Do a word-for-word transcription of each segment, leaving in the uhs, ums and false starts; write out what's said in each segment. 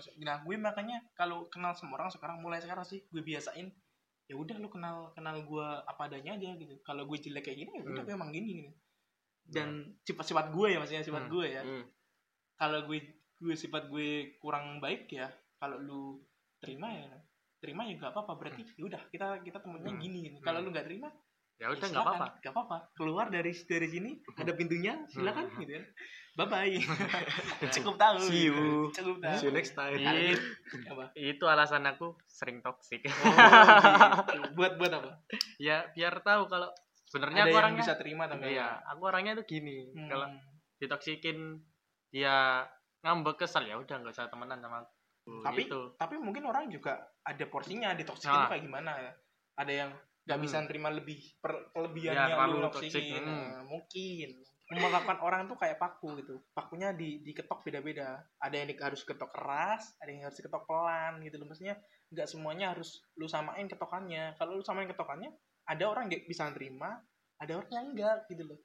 Nah gue makanya kalau kenal sama orang sekarang, mulai sekarang sih gue biasain, ya udah lu kenal kenal gue apa adanya aja gitu. Kalau gue jelek kayak gini ya udah, Hmm. gue emang gini gitu. Dan sifat-sifat gue ya, maksudnya sifat Hmm. gue ya. Hmm. Kalau gue gue sifat gue kurang baik ya, kalau lu terima ya terima ya nggak apa-apa, berarti ya udah kita kita temennya Hmm. gini gitu. Kalau lu nggak terima Ya udah ya nggak silakan, apa-apa. nggak apa-apa, keluar dari dari sini, ada pintunya, silakan gitu kan. Bye bye. Cukup tahu. See you. Cukup tahu. See you next time. It, Apa? itu alasan aku sering toksik. Oh, gitu. Buat buat apa? Ya biar tahu kalau sebenarnya Ada aku yang orangnya bisa terima atau enggak? iya, aku orangnya tuh gini. Hmm. Kalau ditoksikin ya ngambek, kesel, ya udah nggak usah temenan sama aku. tapi gitu. tapi mungkin orang juga ada porsinya ditoksikin Nah. tuh kayak gimana ya. Ada yang nggak Hmm. bisa nerima lebih per, Ya, kelebihannya terlalu lu toksik. toksikin. Hmm. Nah, mungkin memperlakukan orang tuh kayak paku gitu. Pakunya di diketok beda-beda. Ada yang di- harus ketok keras, ada yang harus diketok pelan gitu loh. Maksudnya nggak semuanya harus lu samain ketokannya. Kalau lu samain ketokannya, ada orang yang bisa nerima, ada orang yang enggak gitu loh.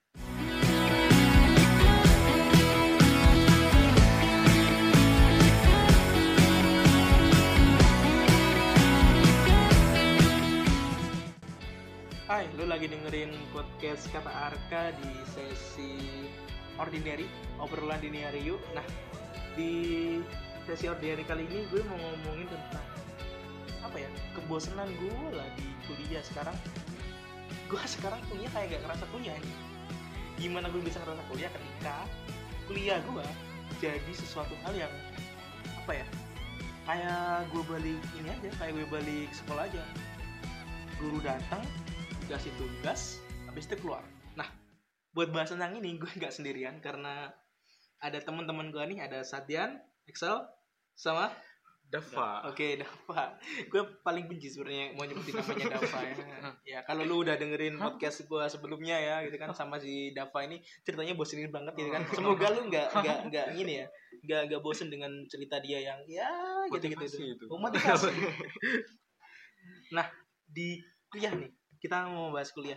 Hai, lu lagi dengerin podcast Kata Arka di sesi ordinary, obrolan dini hari yuk. Nah, di sesi ordinary kali ini gue mau ngomongin tentang apa ya, kebosanan gue lah di kuliah sekarang. Gue sekarang kuliah kayak gak ngerasa kuliah nih. Gimana gue bisa ngerasa kuliah ketika kuliah gue jadi sesuatu hal yang apa ya, kayak gue balik ini aja, kayak gue balik sekolah aja. Guru datang, dikasih tugas, habis itu keluar. Nah, buat bahas tentang ini gue nggak sendirian karena ada teman-teman gue nih, ada Sadian, Excel, sama Dava. Oke, Dava. Gue paling benci sebenarnya mau nyebutin namanya Dava ya. Ya kalau lu udah dengerin podcast gue sebelumnya ya, gitu kan, sama si Dava ini ceritanya bosenin banget gitu kan. Semoga lu nggak nggak nggak gini ya, nggak nggak bosen dengan cerita dia yang ya gitu-gitu Motivasi itu. itu. Oh, motivasi. Nah, di kuliah nih, kita mau bahas kuliah.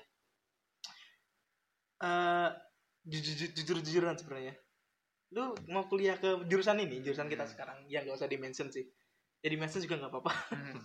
Eh, jujur-jujuran sebenarnya. Lu mau kuliah ke jurusan ini, jurusan kita sekarang, ya nggak usah di-mention sih. Ya di-mention juga nggak apa-apa.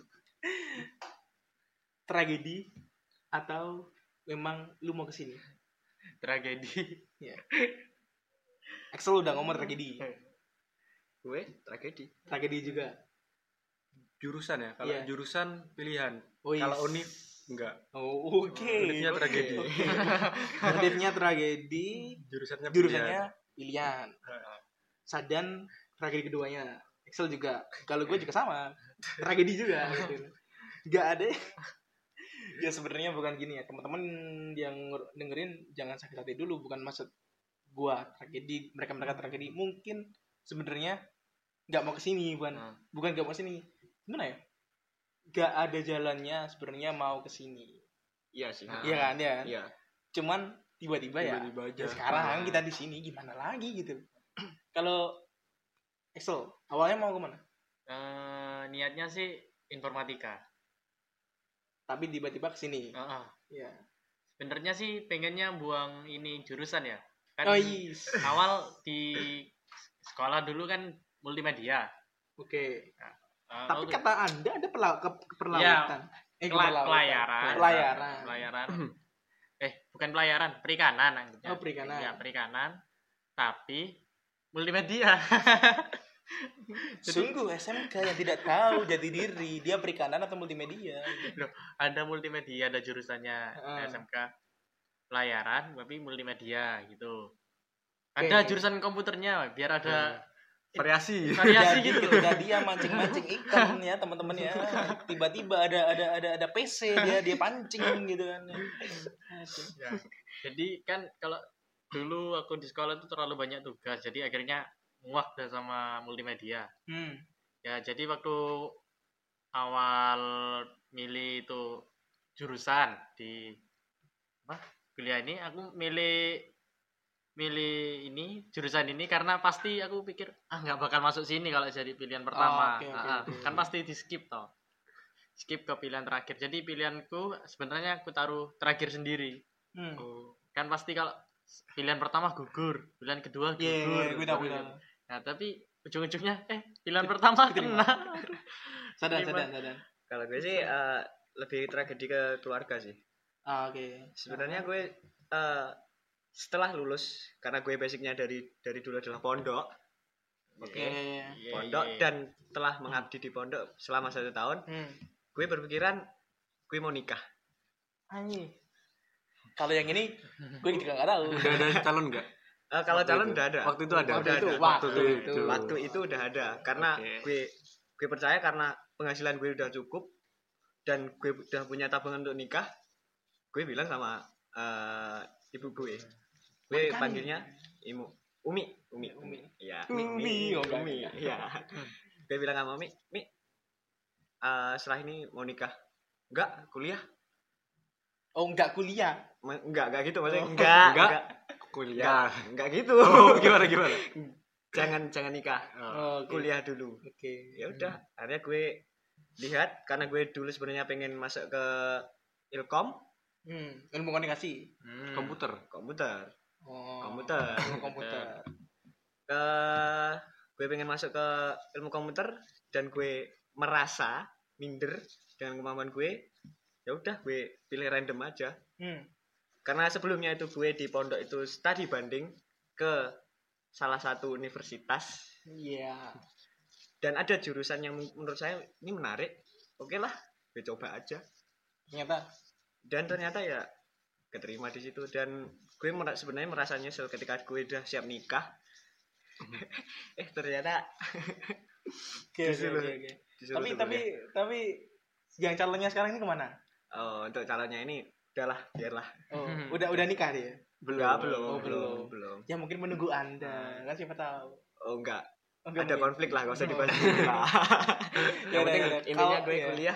Tragedi atau memang lu mau kesini? Tragedi. Ya. Axel udah ngomong tragedi. Gue tragedi. Tragedi juga. Jurusan ya. Kalau Iya. jurusan pilihan. Oh, yes. Kalau univ enggak. Oh, oke. Univnya tragedi. Oke. Univnya tragedi, Jurusannya jurusannya pilihan. pilihan. Sadan tragedi keduanya. Excel juga. Kalau gue juga sama. Tragedi juga gitu. Gak ada. Ya sebenarnya bukan gini ya. Teman-teman yang dengerin jangan sakit hati dulu, bukan maksud gua tragedi, mereka-mereka tragedi. Mungkin sebenarnya enggak mau kesini, bukan. Hmm. Bukan enggak mau kesini. Gimana ya? Gak ada jalannya sebenarnya mau kesini. Iya sih. Iya kan, ya kan? Iya. Cuman tiba-tiba, Tiba-tiba ya, aja. ya sekarang kita di sini gimana lagi gitu. Kalau Excel awalnya mau kemana? Eh, niatnya sih informatika. Tapi tiba-tiba kesini. Heeh. Iya. Sebenarnya sih pengennya buang ini jurusan ya. Kan Oh yes. awal di sekolah dulu kan multimedia. Oke. Eh, Tapi waktu- kata Anda ada pela- ke- keperlautan. Eh, Pela- keperlautan. pelayaran. Pelayaran. Pelayaran. eh, bukan pelayaran, perikanan anggapnya. Oh, perikanan. Ya, perikanan. Tapi multimedia. Sungguh S M K yang tidak tahu jati diri, dia perikanan atau multimedia. Loh, ada multimedia, ada jurusannya Heeh. S M K pelayaran tapi multimedia gitu. Oke, Ada oke. jurusan komputernya biar ada Variasi. variasi Jadi gitu. ketika dia mancing-mancing ikan ya teman-teman ya, tiba-tiba ada ada ada ada P C dia dia pancing gitu kan. Aduh. Ya. Jadi kan kalau dulu aku di sekolah itu terlalu banyak tugas, jadi akhirnya muak dah sama multimedia. Hmm. Ya, jadi waktu awal milih itu jurusan di apa? Kuliah ini aku milih milih ini jurusan ini karena pasti aku pikir ah nggak bakal masuk sini kalau jadi pilihan pertama. Oh, oke, oke, Ah, ah. oke. Kan pasti di skip toh. Skip ke pilihan terakhir. Jadi pilihanku sebenarnya aku taruh terakhir sendiri. Hmm. Kan pasti kalau pilihan pertama gugur, pilihan kedua Iya, gugur. gue tahu, gue baru tahu. Nah, tapi ujung-ujungnya eh pilihan pertama Diterima. kena. Sadan, Terima. sadan, sadan. Kalau gue sih eh, lebih tragedi ke keluarga sih. Ah, oke. Sebenarnya gue eh, setelah lulus, karena gue basicnya dari dari dulu adalah pondok, Oke. Iya, pondok iya. dan telah mengabdi di pondok selama satu tahun, Hmm. gue berpikiran gue mau nikah. Anjir. Kalau yang ini gue juga nggak tahu. Udah ada calon nggak? Eh, kalau Waktu calon itu. udah ada. Waktu itu ada. Waktu Udah itu, ada. waktu Waktu itu. itu. Waktu itu udah ada karena Oke. gue gue percaya karena penghasilan gue udah cukup dan gue udah punya tabungan untuk nikah. Gue bilang sama eh, ibu gue, gue Bukan. panggilnya Imu, Umi, Umi, Umi. Iya, Umi, oh, enggak, Umi, enggak. iya. Gue bilang sama Umi, Mi, eh, setelah ini mau nikah, enggak kuliah, Oh, enggak kuliah. Ma- enggak enggak gitu maksudnya, Oh. enggak, Enggak? enggak, Kuliah. enggak gitu. Oh, gimana gimana? jangan jangan nikah, Oh, oke. kuliah dulu. Oke. Ya udah, akhirnya gue lihat karena gue dulu sebenarnya pengen masuk ke Ilkom, Hmm, ilmu komunikasi. Hmm. Komputer. komputer, Oh. komputer. Ilmu komputer. Ke gue pengen masuk ke ilmu komputer dan gue merasa minder dengan kemampuan gue. Ya udah, gue pilih random aja. Hmm. Karena sebelumnya itu gue di pondok itu studi banding ke salah satu universitas Iya. dan ada jurusan yang menurut saya ini menarik. Oke lah, gue coba aja. Ternyata Dan ternyata ya keterima di situ dan gue mer- sebenarnya merasa nyesel ketika gue udah siap nikah. eh ternyata oke, oke, Disuruh- oke, oke. disuruh Tapi suruh tapi ya. tapi yang calonnya sekarang ini kemana? Oh, untuk calonnya ini udahlah, biarlah. Oh, Hmm. udah udah nikah dia. Belum, belum, Oh, belum, belum. belum. Ya mungkin menunggu Anda, kan siapa tahu. Oh enggak, Oh, enggak ada mungkin. konflik lah, gak usah Oh. dibahas. Ya yang udah, penting ya udah. intinya Kalau- gue iya. kuliah,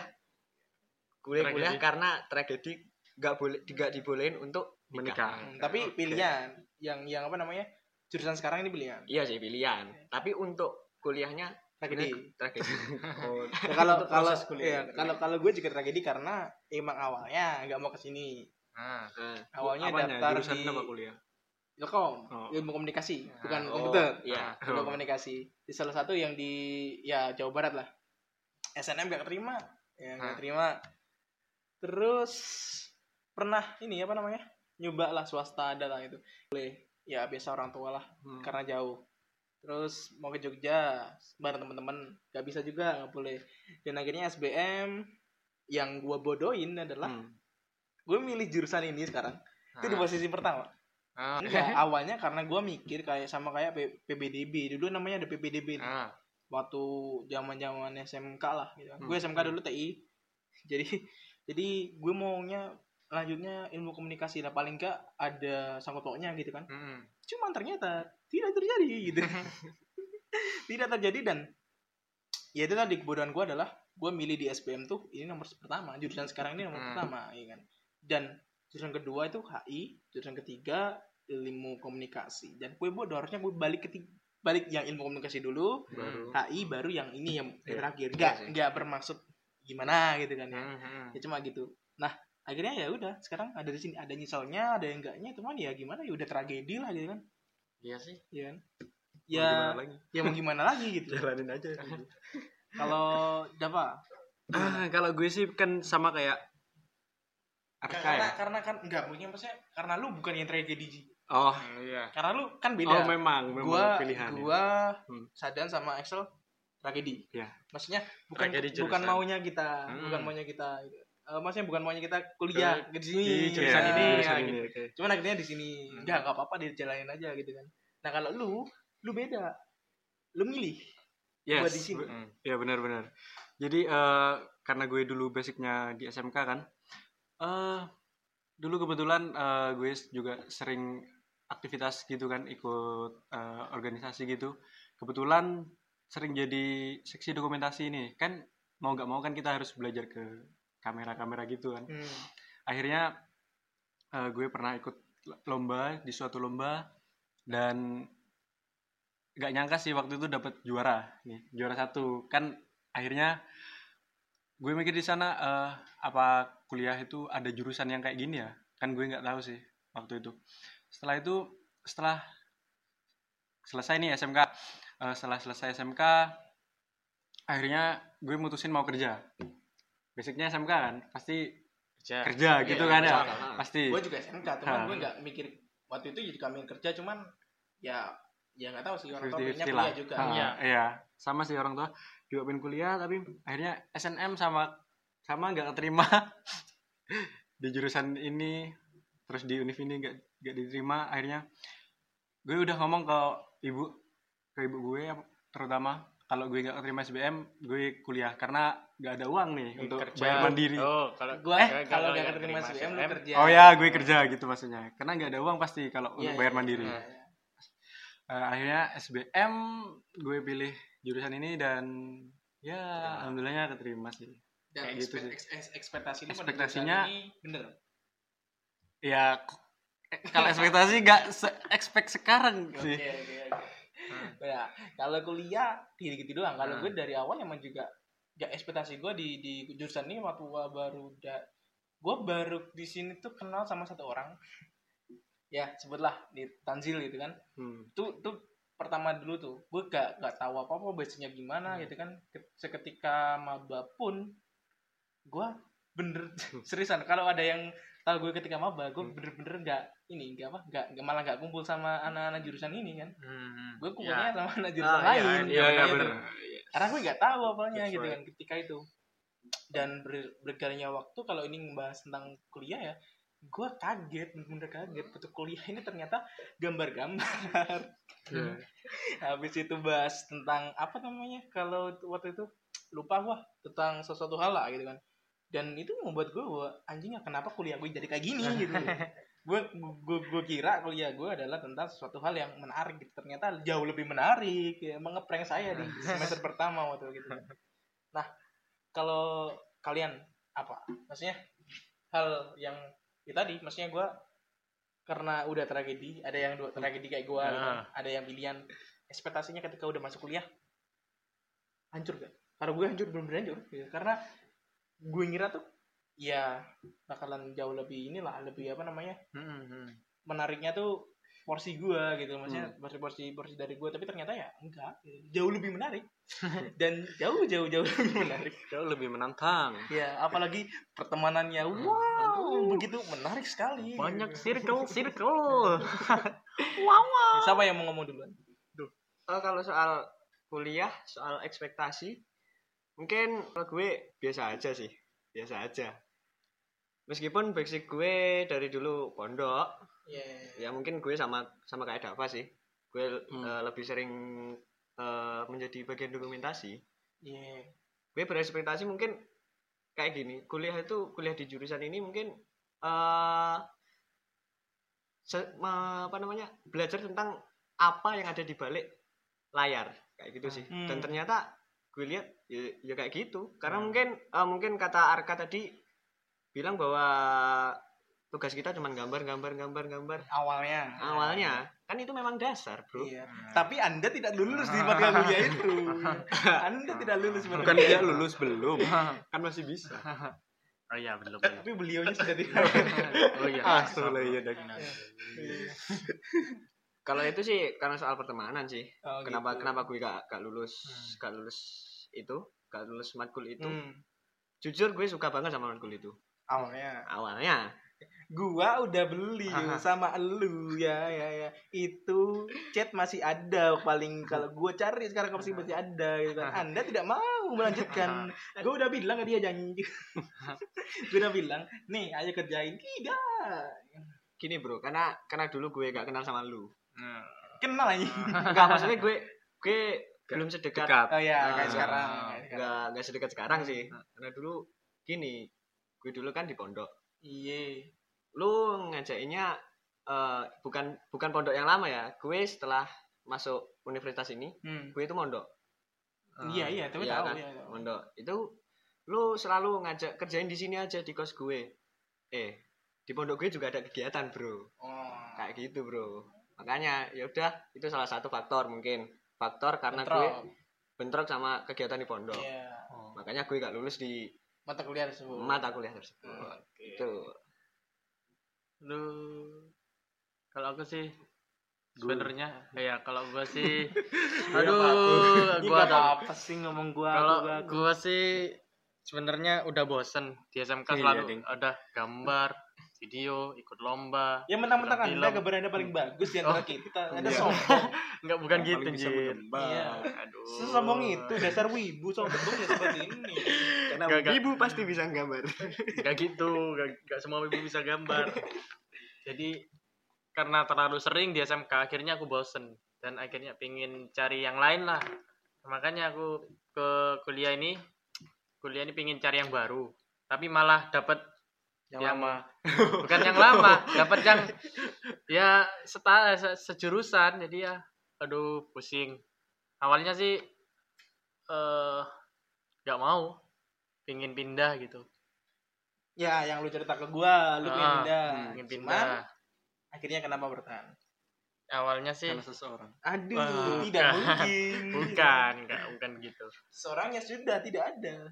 gue Tragedi. kuliah karena tragedi nggak boleh, nggak dibolehin untuk Menikah. Hmm, tapi Oke. pilihan yang yang apa namanya? Jurusan sekarang ini pilihan. Iya sih pilihan, tapi untuk kuliahnya Tragedi. ini tragedi. Oh, Ya, kalau untuk kalau proses kuliah. iya, kalau kalau gue juga tragedi karena emang awalnya nggak mau kesini. Nah, Nah, Awalnya Apanya? daftar Jurusan di apa kuliah? Ilkom, Oh. ilmu komunikasi, bukan oh, komputer. Iya. Ilmu Oh. komunikasi. Di salah satu yang di ya Jawa Barat lah. S N M gak terima, ya nggak Nah. terima. Terus pernah ini apa namanya? Nyoba lah swasta ada lah itu. Boleh. Ya biasa orang tua lah Hmm. karena jauh. Terus mau ke Jogja bareng teman-teman, gak bisa juga, nggak boleh. Dan akhirnya S B M yang gua bodohin adalah Hmm. gue milih jurusan ini sekarang. Itu di Nah. posisi pertama. Ah. Enggak, awalnya karena gue mikir kayak sama kayak P- PBDB. Dulu namanya ada P B D B. Ah. Waktu zaman-zaman S M K lah gitu. Hmm. Gue S M K dulu T I. Jadi jadi gue maunya lanjutnya ilmu komunikasi lah, paling enggak ada sangkut pautnya gitu kan. Hmm. Cuman ternyata tidak terjadi gitu. Tidak terjadi dan ya itu tadi kebodohan gue adalah gue milih di S B M tuh ini nomor pertama, jurusan sekarang ini nomor Hmm. pertama ya kan. Dan jurusan kedua itu H I, jurusan ketiga ilmu komunikasi. Dan gue bodoh harusnya gue balik ketiga, balik yang ilmu komunikasi dulu, Baru. H I baru yang ini yang Iya. terakhir. Iya Enggak sih. enggak bermaksud gimana gitu kan ya. Hmm, hmm. Ya cuma gitu. Nah, akhirnya ya udah sekarang ada di sini, ada nyeselnya, ada yang enggaknya, cuman ya gimana ya udah tragedi lah gitu kan. Iya sih. Iya kan? Mau Ya gimana lagi? ya mau gimana lagi gitu. Jalanin aja. Kalau Dava Ah, kalau gue sih kan sama kayak Arka karena ya. karena kan enggak mungkin maksudnya karena lu bukan yang tragedi Ji. Oh, Iya. Karena lu kan beda. oh memang, memang gua pilihan. ya. gua Hmm. Sadan sama Excel tragedi. Iya. Maksudnya bukan Tragedi bukan jurusan. maunya kita, Hmm. bukan maunya kita. Eh, maksudnya bukan maunya kita kuliah di sini. di jurusan ya, ini, jurusan ya, ini, gitu. oke. Cuman akhirnya di sini Hmm. enggak enggak apa-apa dijalanin aja gitu kan. Nah, kalau lu lu beda. Lu milih. Yes, Buat di sini. be- Hmm. ya benar-benar. Jadi eh, karena gue dulu basicnya di S M K kan, eh dulu kebetulan eh, gue juga sering aktivitas gitu kan, ikut eh, organisasi gitu. Kebetulan sering jadi seksi dokumentasi ini kan, mau nggak mau kan kita harus belajar ke kamera-kamera gitu kan. Hmm. Akhirnya eh, gue pernah ikut lomba di suatu lomba dan nggak nyangka sih waktu itu dapat juara nih, juara satu kan. Akhirnya gue mikir di sana eh, apa kuliah itu ada jurusan yang kayak gini ya, kan gue nggak tahu sih waktu itu. Setelah itu setelah selesai nih S M K, uh, setelah selesai S M K akhirnya gue mutusin mau kerja. Basicnya S M K kan pasti kerja, kerja gitu Iya, kan ya, kerja. pasti. Gue juga S M K, cuman Ha. gue nggak mikir waktu itu jadi kami kerja, cuman ya ya nggak tahu sih orang tua fifty pengennya fifty lah. kuliah juga. Ha, Iya. iya. Sama sih orang tua juga pengen kuliah tapi akhirnya S N M sama sama nggak keterima di jurusan ini, terus di univ ini nggak nggak diterima. Akhirnya gue udah ngomong ke ibu ke ibu gue terutama kalau gue nggak keterima S B M gue kuliah karena nggak ada uang nih untuk kerja. bayar mandiri. Oh, kalau Gue eh, kalau nggak nggak keterima S B M lu kerja. Oh ya gue kerja gitu maksudnya karena nggak ada uang pasti kalau Iya, untuk bayar iya, mandiri. iya, iya. Uh, akhirnya S B M gue pilih jurusan ini dan ya alhamdulillahnya keterima sih. Dan Kayak gitu ekspek- sih. eks- eks- ekspektasi lu pada Ekspektasinya- jurusan ini bener. Ya k- eh, kalau ekspektasi nggak se- expect sekarang Oke sih. oke oke. Ya, kalau kuliah gitu-gitu doang. Kalau Hmm. gue dari awal emang juga ya ekspektasi gue di di jurusan ini waktu gue baru udah gue baru di sini tuh kenal sama satu orang. Ya, sebutlah di Tanzil gitu kan. Hmm. Tuh tuh pertama dulu tuh gue gak gak tahu apa-apa basicnya gimana gitu kan. Ke- Seketika maba pun gue bener seriusan kalau ada yang tahu gue ketika maba gue Hmm. bener-bener nggak ini nggak apa nggak nggak- malah nggak kumpul sama anak-anak jurusan ini kan. Hmm, Gue kumpulnya ya. sama anak jurusan Ah, iya, lain iya, Iya iya gitu. benar. Karena gue nggak tahu apanya That's gitu right. kan ketika itu. Dan ber- berjalannya waktu kalau ini membahas tentang kuliah ya gue kaget bener-bener kaget betul kuliah ini ternyata gambar-gambar. Iya. Habis itu bahas tentang apa namanya kalau waktu itu lupa gua tentang sesuatu hal lah gitu kan. Dan itu membuat gue bahwa anjingnya kenapa kuliah gue jadi kayak gini gitu. Gue gue gue kira kuliah gue adalah tentang sesuatu hal yang menarik gitu. Ternyata jauh lebih menarik ya, mengeprank saya di semester pertama waktu gitu. Nah, kalau kalian apa? Maksudnya hal yang ya tadi maksudnya gue karena udah tragedi, ada yang dua tragedi kayak gue, gitu kan. Ada yang pilihan ekspektasinya ketika udah masuk kuliah hancur gak? Karena gue hancur bener-bener hancur gitu. Karena gue ngira tuh ya bakalan jauh lebih inilah lebih apa namanya Hmm, hmm. menariknya tuh porsi gue gitu maksudnya porsi porsi porsi dari gue tapi ternyata ya enggak jauh lebih menarik dan jauh jauh jauh lebih menarik Jauh lebih menantang. ya apalagi pertemanannya wow begitu menarik sekali Banyak gitu. circle circle. Siapa yang mau ngomong duluan? Oh, kalau soal kuliah, soal ekspektasi, mungkin kalau gue biasa aja sih, biasa aja. Meskipun basic gue dari dulu pondok, Yeah. ya mungkin gue sama sama kayak Dava sih. Gue Hmm. eh, lebih sering eh, menjadi bagian dokumentasi. Yeah. Gue berekspektasi mungkin kayak gini, kuliah itu kuliah di jurusan ini mungkin eh se- ma- apa namanya belajar tentang apa yang ada di balik layar kayak gitu sih. Hmm. Dan ternyata gue lihat ya, ya kayak gitu. Karena Hmm. mungkin eh, mungkin kata Arka tadi bilang bahwa tugas kita cuma gambar-gambar gambar-gambar. Awalnya. Awalnya kan itu memang dasar, bro. Iya. Tapi Anda tidak lulus di mata kuliah itu. Anda tidak lulus mata Bukan kuliah. dia lulus belum, kan masih bisa. Oh iya belum. Eh, Tapi beliaunya sudah tidak. Oh iya. Astagfirullah iya dah. Kalau itu sih karena soal pertemanan sih. Oh, kenapa gitu. kenapa gue gak, gak lulus Hmm. gak lulus itu gak lulus matkul itu. Hmm. Jujur gue suka banget sama matkul itu Awalnya. awalnya. Gua udah beli sama elu ya ya ya. Itu chat masih ada paling kalau gua cari sekarang masih masih ada gitu kan. Anda tidak mau melanjutkan. Gua udah bilang ke dia janji. Gua udah bilang, "Nih, ayo kerjain." Tidak. Gini bro, karena karena dulu gue gak kenal sama lu. Hmm. Kenal aja. Enggak, maksudnya gue gue belum sedekat Dekat. Oh ya, Ah, kayak sekarang. ah, kayak sekarang. enggak enggak sedekat sekarang sih. Karena dulu gini, gue dulu kan di pondok. Iya. Lu ngajakinnya eh, bukan bukan pondok yang lama ya. Gue setelah masuk universitas ini, Hmm. gue itu mondok. Iya, iya, tapi Iya tahu kan? ya. tahu. Mondok. Itu lu selalu ngajak kerjain di sini aja di kos gue. Eh, di pondok gue juga ada kegiatan, Bro. Oh. Kayak gitu, Bro. Makanya ya udah, itu salah satu faktor mungkin. Faktor karena Bentrok. gue bentrok sama kegiatan di pondok. Iya. Makanya gue gak lulus di Mata kuliah tersebut. mata kuliah tersebut. Oke. Itu. Lu kalau aku sih sebenarnya ya kalau gua sih Iya, aduh Ini gua gak ada apa sih ngomong gua kalau gua, gua. gua sih sebenarnya udah bosen di S M K Iya, selalu Ding. ada gambar video ikut lomba Ya mentang-mentang film. Anda gambar Anda paling bagus di antara Oh, kita. Anda iya. sombong. enggak bukan Yang gitu paling bisa Jir. menggambar. Iya. Aduh. Sesombong itu dasar wibu sombong ya seperti ini. Karena Gak, gak. ibu pasti bisa gambar. Enggak gitu, enggak, enggak semua ibu bisa gambar. Jadi karena terlalu sering di S M K akhirnya aku bosen dan akhirnya pingin cari yang lain lah. Makanya aku ke kuliah ini kuliah ini pingin cari yang baru, tapi malah dapat Yang yang, lama. bukan yang lama, dapat yang ya seta, se- sejurusan. Jadi ya aduh pusing. Awalnya sih eh nggak mau, pingin pindah gitu. Ya, yang lu cerita ke gua, lu pengen Ah, pindah. Pingin Cuman, pindah. akhirnya kenapa bertahan? Awalnya sih Karena seseorang. Aduh, Wah, tidak bukan. mungkin. bukan, enggak bukan gitu. Seorangnya sudah tidak ada.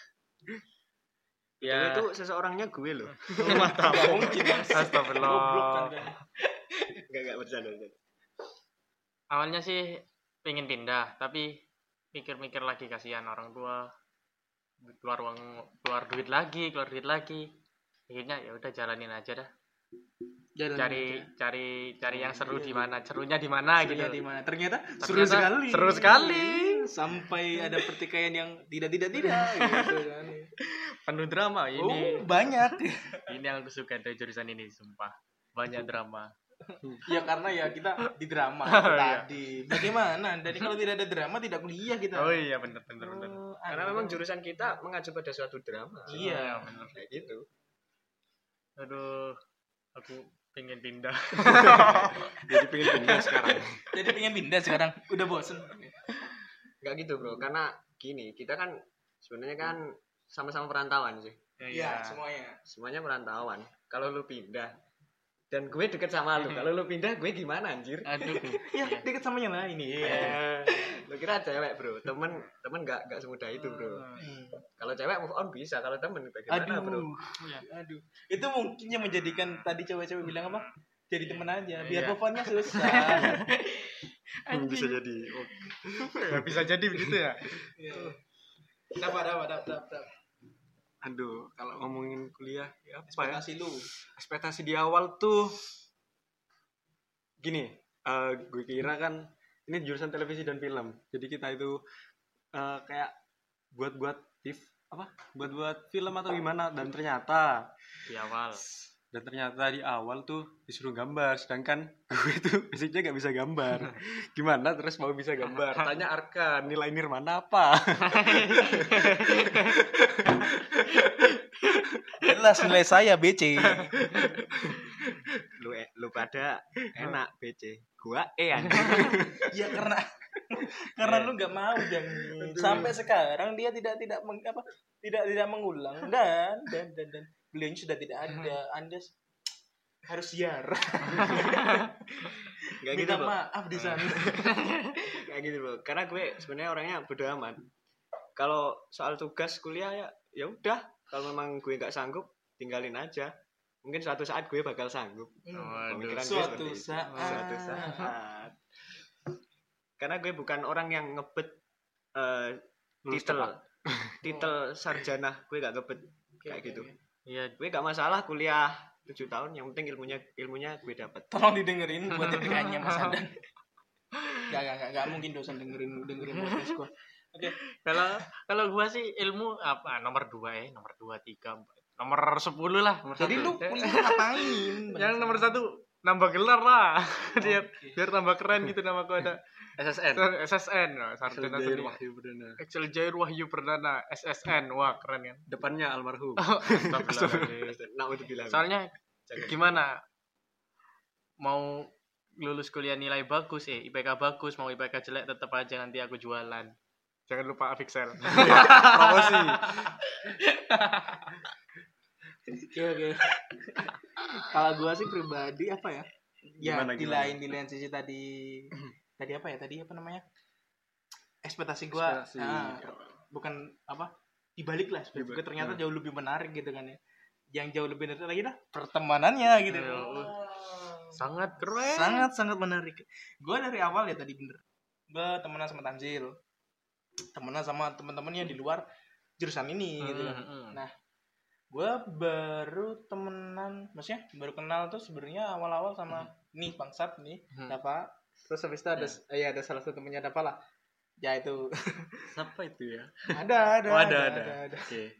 Ya. Ya, Itu seseorangnya gue loh. mantap. Tidak mungkin. Astagfirullah. Goblok Anda. Enggak enggak bercanda. bercanda. Awalnya sih pengen pindah, tapi mikir-mikir lagi kasihan orang tua, keluar uang, keluar duit lagi, keluar duit lagi. Akhirnya ya udah jalanin aja dah. Jalan Cari aja. cari cari yang seru Iya, di iya. mana, serunya di mana gitu. Serunya di mana? Ternyata, seru Ternyata sekali. seru sekali. Sampai ada pertikaian yang tidak tidak tidak gitu kan. Penuh drama ini. Oh, banyak. Ini yang aku suka dari jurusan ini, sumpah. Banyak drama. Ya karena ya kita di drama Oh, itu iya. tadi. Bagaimana? Jadi kalau tidak ada drama tidak kuliah kita. Oh iya benar benar benar. Oh, Karena Anda. memang jurusan kita mengacu pada suatu drama. Iya. benar. Kayak gitu. Aduh, aku pengen pindah. Jadi pengen pindah sekarang. Jadi pengen pindah sekarang. Udah bosen. Enggak gitu, Bro. Karena gini, kita kan sebenarnya kan sama-sama perantauan sih. Iya, semuanya. Semuanya perantauan. Kalau lu pindah dan gue deket sama lu, kalau lu pindah gue gimana anjir? Aduh. Ya, Iya. deket sama yang lain. Iya. Lu kira cewek, Bro. Temen temen enggak enggak semudah itu, Bro. Hmm. Kalau cewek move on bisa, kalau temen bagaimana, Aduh. Bro? Aduh. Itu mungkin yang menjadikan tadi cewek-cewek bilang apa? Jadi temen aja, biar Iya. move on-nya susah. Bisa jadi. Oh, Nggak bisa jadi begitu ya. Iya. Dapat, dapat, dapat, dapat. aduh, kalau ngomongin kuliah, ya apa ya? Ekspektasi lu. Ekspektasi di awal tuh gini, eh, gue kira kan ini jurusan televisi dan film. Jadi kita itu eh, kayak buat-buat tif apa? Buat-buat film atau gimana, dan ternyata Di awal. dan ternyata di awal tuh disuruh gambar, sedangkan gue tuh basicnya gak bisa gambar. Gimana terus mau bisa gambar? Tanya Arka, nilai Nirmana apa? Jelas nilai saya B C. Lu eh, lu pada enak B C. Gua E anjir. Ya karena karena lu nggak mau dan sampai sekarang dia tidak tidak meng, apa tidak tidak mengulang dan dan dan dan beliaunya sudah tidak ada. Anda s- harus ziarah. Enggak gitu, Minta Bro. maaf di sana. Kayak gitu, Bro. Karena gue sebenarnya orangnya bodo amat. Kalau soal tugas kuliah ya ya udah, kalau memang gue nggak sanggup tinggalin aja. Mungkin suatu saat gue bakal sanggup. Waduh. Pemikiran gue Suatu seperti itu. saat. Suatu saat. Karena gue bukan orang yang ngebet eh, Lulus titel cepat. titel sarjana, gue gak ngebet kayak gitu. Iya, Gue gak masalah kuliah tujuh tahun, yang penting ilmunya ilmunya gue dapat. Tolong didengerin buat T P K-nya Mas Adan. Gak, gak, gak, gak mungkin dosen dengerin dengerin podcast gua. Oke. kalau kalau gua sih ilmu apa nomor dua ya, nomor dua, tiga, empat, nomor sepuluh lah. Nomor Jadi satu. lu kuliah ngapain? Yang nomor satu nambah gelar lah. Biar Oke. biar tambah keren gitu nama gua ada. S S N. S S N, no, sarjana Jair seni. Wahyu Perdana. Excel Jair Wahyu Perdana, S S N. Wah, keren kan. Depannya almarhum. Astagfirullahaladzim. Nah, untuk bilang. Soalnya gimana? Mau lulus kuliah nilai bagus, eh I P K bagus, mau I P K jelek tetap aja nanti aku jualan. Jangan lupa Avixel. Promosi. Oke oke. Kalau gua sih pribadi apa ya? Ya Gimana, di gimana? lain di lain sisi tadi tadi apa ya? Tadi apa namanya? Ekspektasi gua Ekspektasi. ah, bukan apa? Dibalik lah ekspektasi gua Dibalik, ternyata nah. jauh lebih menarik gitu kan ya. Yang jauh lebih menarik lagi dah pertemanannya gitu. Ya, Oh. Sangat keren. sangat sangat menarik. Gue dari awal ya tadi bener, gue temenan sama Tanzil, temenan sama teman-teman yang di luar jurusan ini gitu kan. Hmm, hmm. Nah, gue baru temenan, maksudnya baru kenal tuh sebenarnya awal-awal sama nih bangsat nih, Hmm. Dava. Terus habis itu ada, ya ada salah satu temennya Dava lah. Ya itu Siapa itu ya? ada ada Oh, ada, ada, ada. ada. Oke.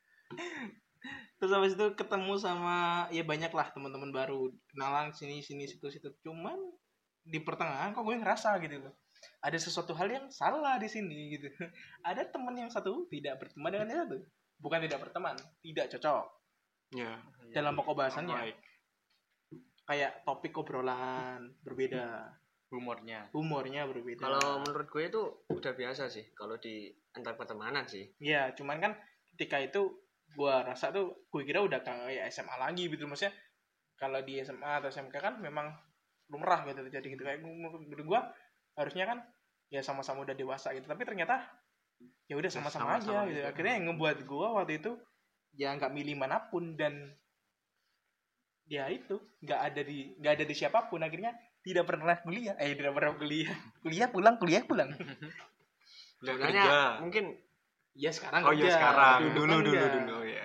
Terus habis itu ketemu sama ya banyak lah teman-teman baru, kenalan sini sini situ situ. Cuman di pertengahan kok gue ngerasa gitu loh, ada sesuatu hal yang salah di sini gitu. Ada teman yang satu tidak berteman dengan yang satu, bukan tidak berteman, tidak cocok Ya. dalam pokok bahasannya. Baik. Kayak topik obrolan berbeda, Humornya. humornya berbeda. Kalau menurut gue itu udah biasa sih kalau di antar pertemanan sih. ya cuman kan ketika itu gue rasa tuh gue kira udah kayak S M A lagi gitu, maksudnya kalau di S M A atau S M K kan memang lumrah gitu terjadi gitu. Kayak menurut gue harusnya kan ya sama-sama udah dewasa gitu, tapi ternyata ya udah sama-sama aja sama-sama gitu. gitu. Akhirnya yang ngebuat gue waktu itu ya nggak milih manapun, dan ya itu nggak ada di nggak ada di siapapun. Akhirnya tidak pernah kuliah eh tidak pernah kuliah kuliah pulang kuliah pulang Kuliah Sebenarnya kerja. mungkin ya sekarang Oh iya kerja. sekarang. Dulu Dulu kan dulu enggak. dulu ya.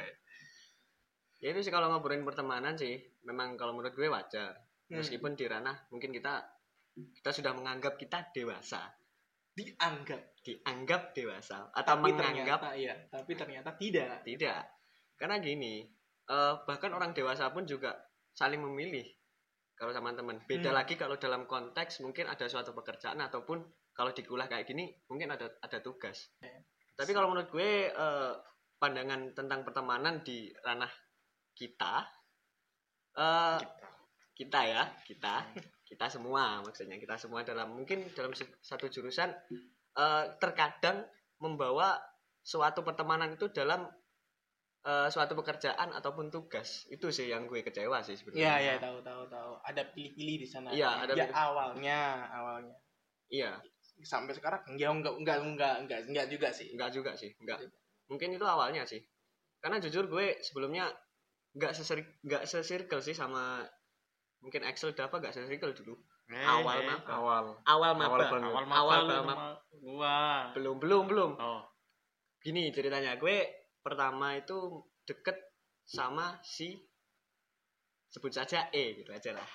ya itu sih kalau ngobrolin pertemanan sih memang kalau menurut gue wajar. Hmm. Meskipun di ranah mungkin kita kita sudah menganggap kita dewasa, dianggap dianggap dewasa atau tapi menganggap ternyata iya tapi ternyata tidak. tidak. Karena gini, eh, bahkan orang dewasa pun juga saling memilih kalau sama teman. Beda Hmm. lagi kalau dalam konteks mungkin ada suatu pekerjaan ataupun kalau di kuliah kayak gini mungkin ada ada tugas. Tapi kalau menurut gue eh, pandangan tentang pertemanan di ranah kita, eh, kita ya kita kita semua maksudnya kita semua dalam mungkin dalam se- satu jurusan eh, terkadang membawa suatu pertemanan itu dalam eh, suatu pekerjaan ataupun tugas. Itu sih yang gue kecewa sih Iya sebenarnya. iya tahu tahu tahu. Ada pilih-pilih di sana. Iya, ada ya pilih- awalnya awalnya Iya, sampai sekarang enggak enggak enggak enggak enggak enggak juga sih. enggak juga sih, enggak. Mungkin itu awalnya sih. Karena jujur gue sebelumnya enggak seseri enggak sesirkel sih sama mungkin Excel Dava enggak sesirkel dulu. Eh, Awal eh, mah. Awal. Awal maba. Awal banget. Awal Awal maba lu banget. sama gua. Belum, belum, belum. Oh. Gini ceritanya, gue pertama itu deket sama si sebut saja E gitu aja lah.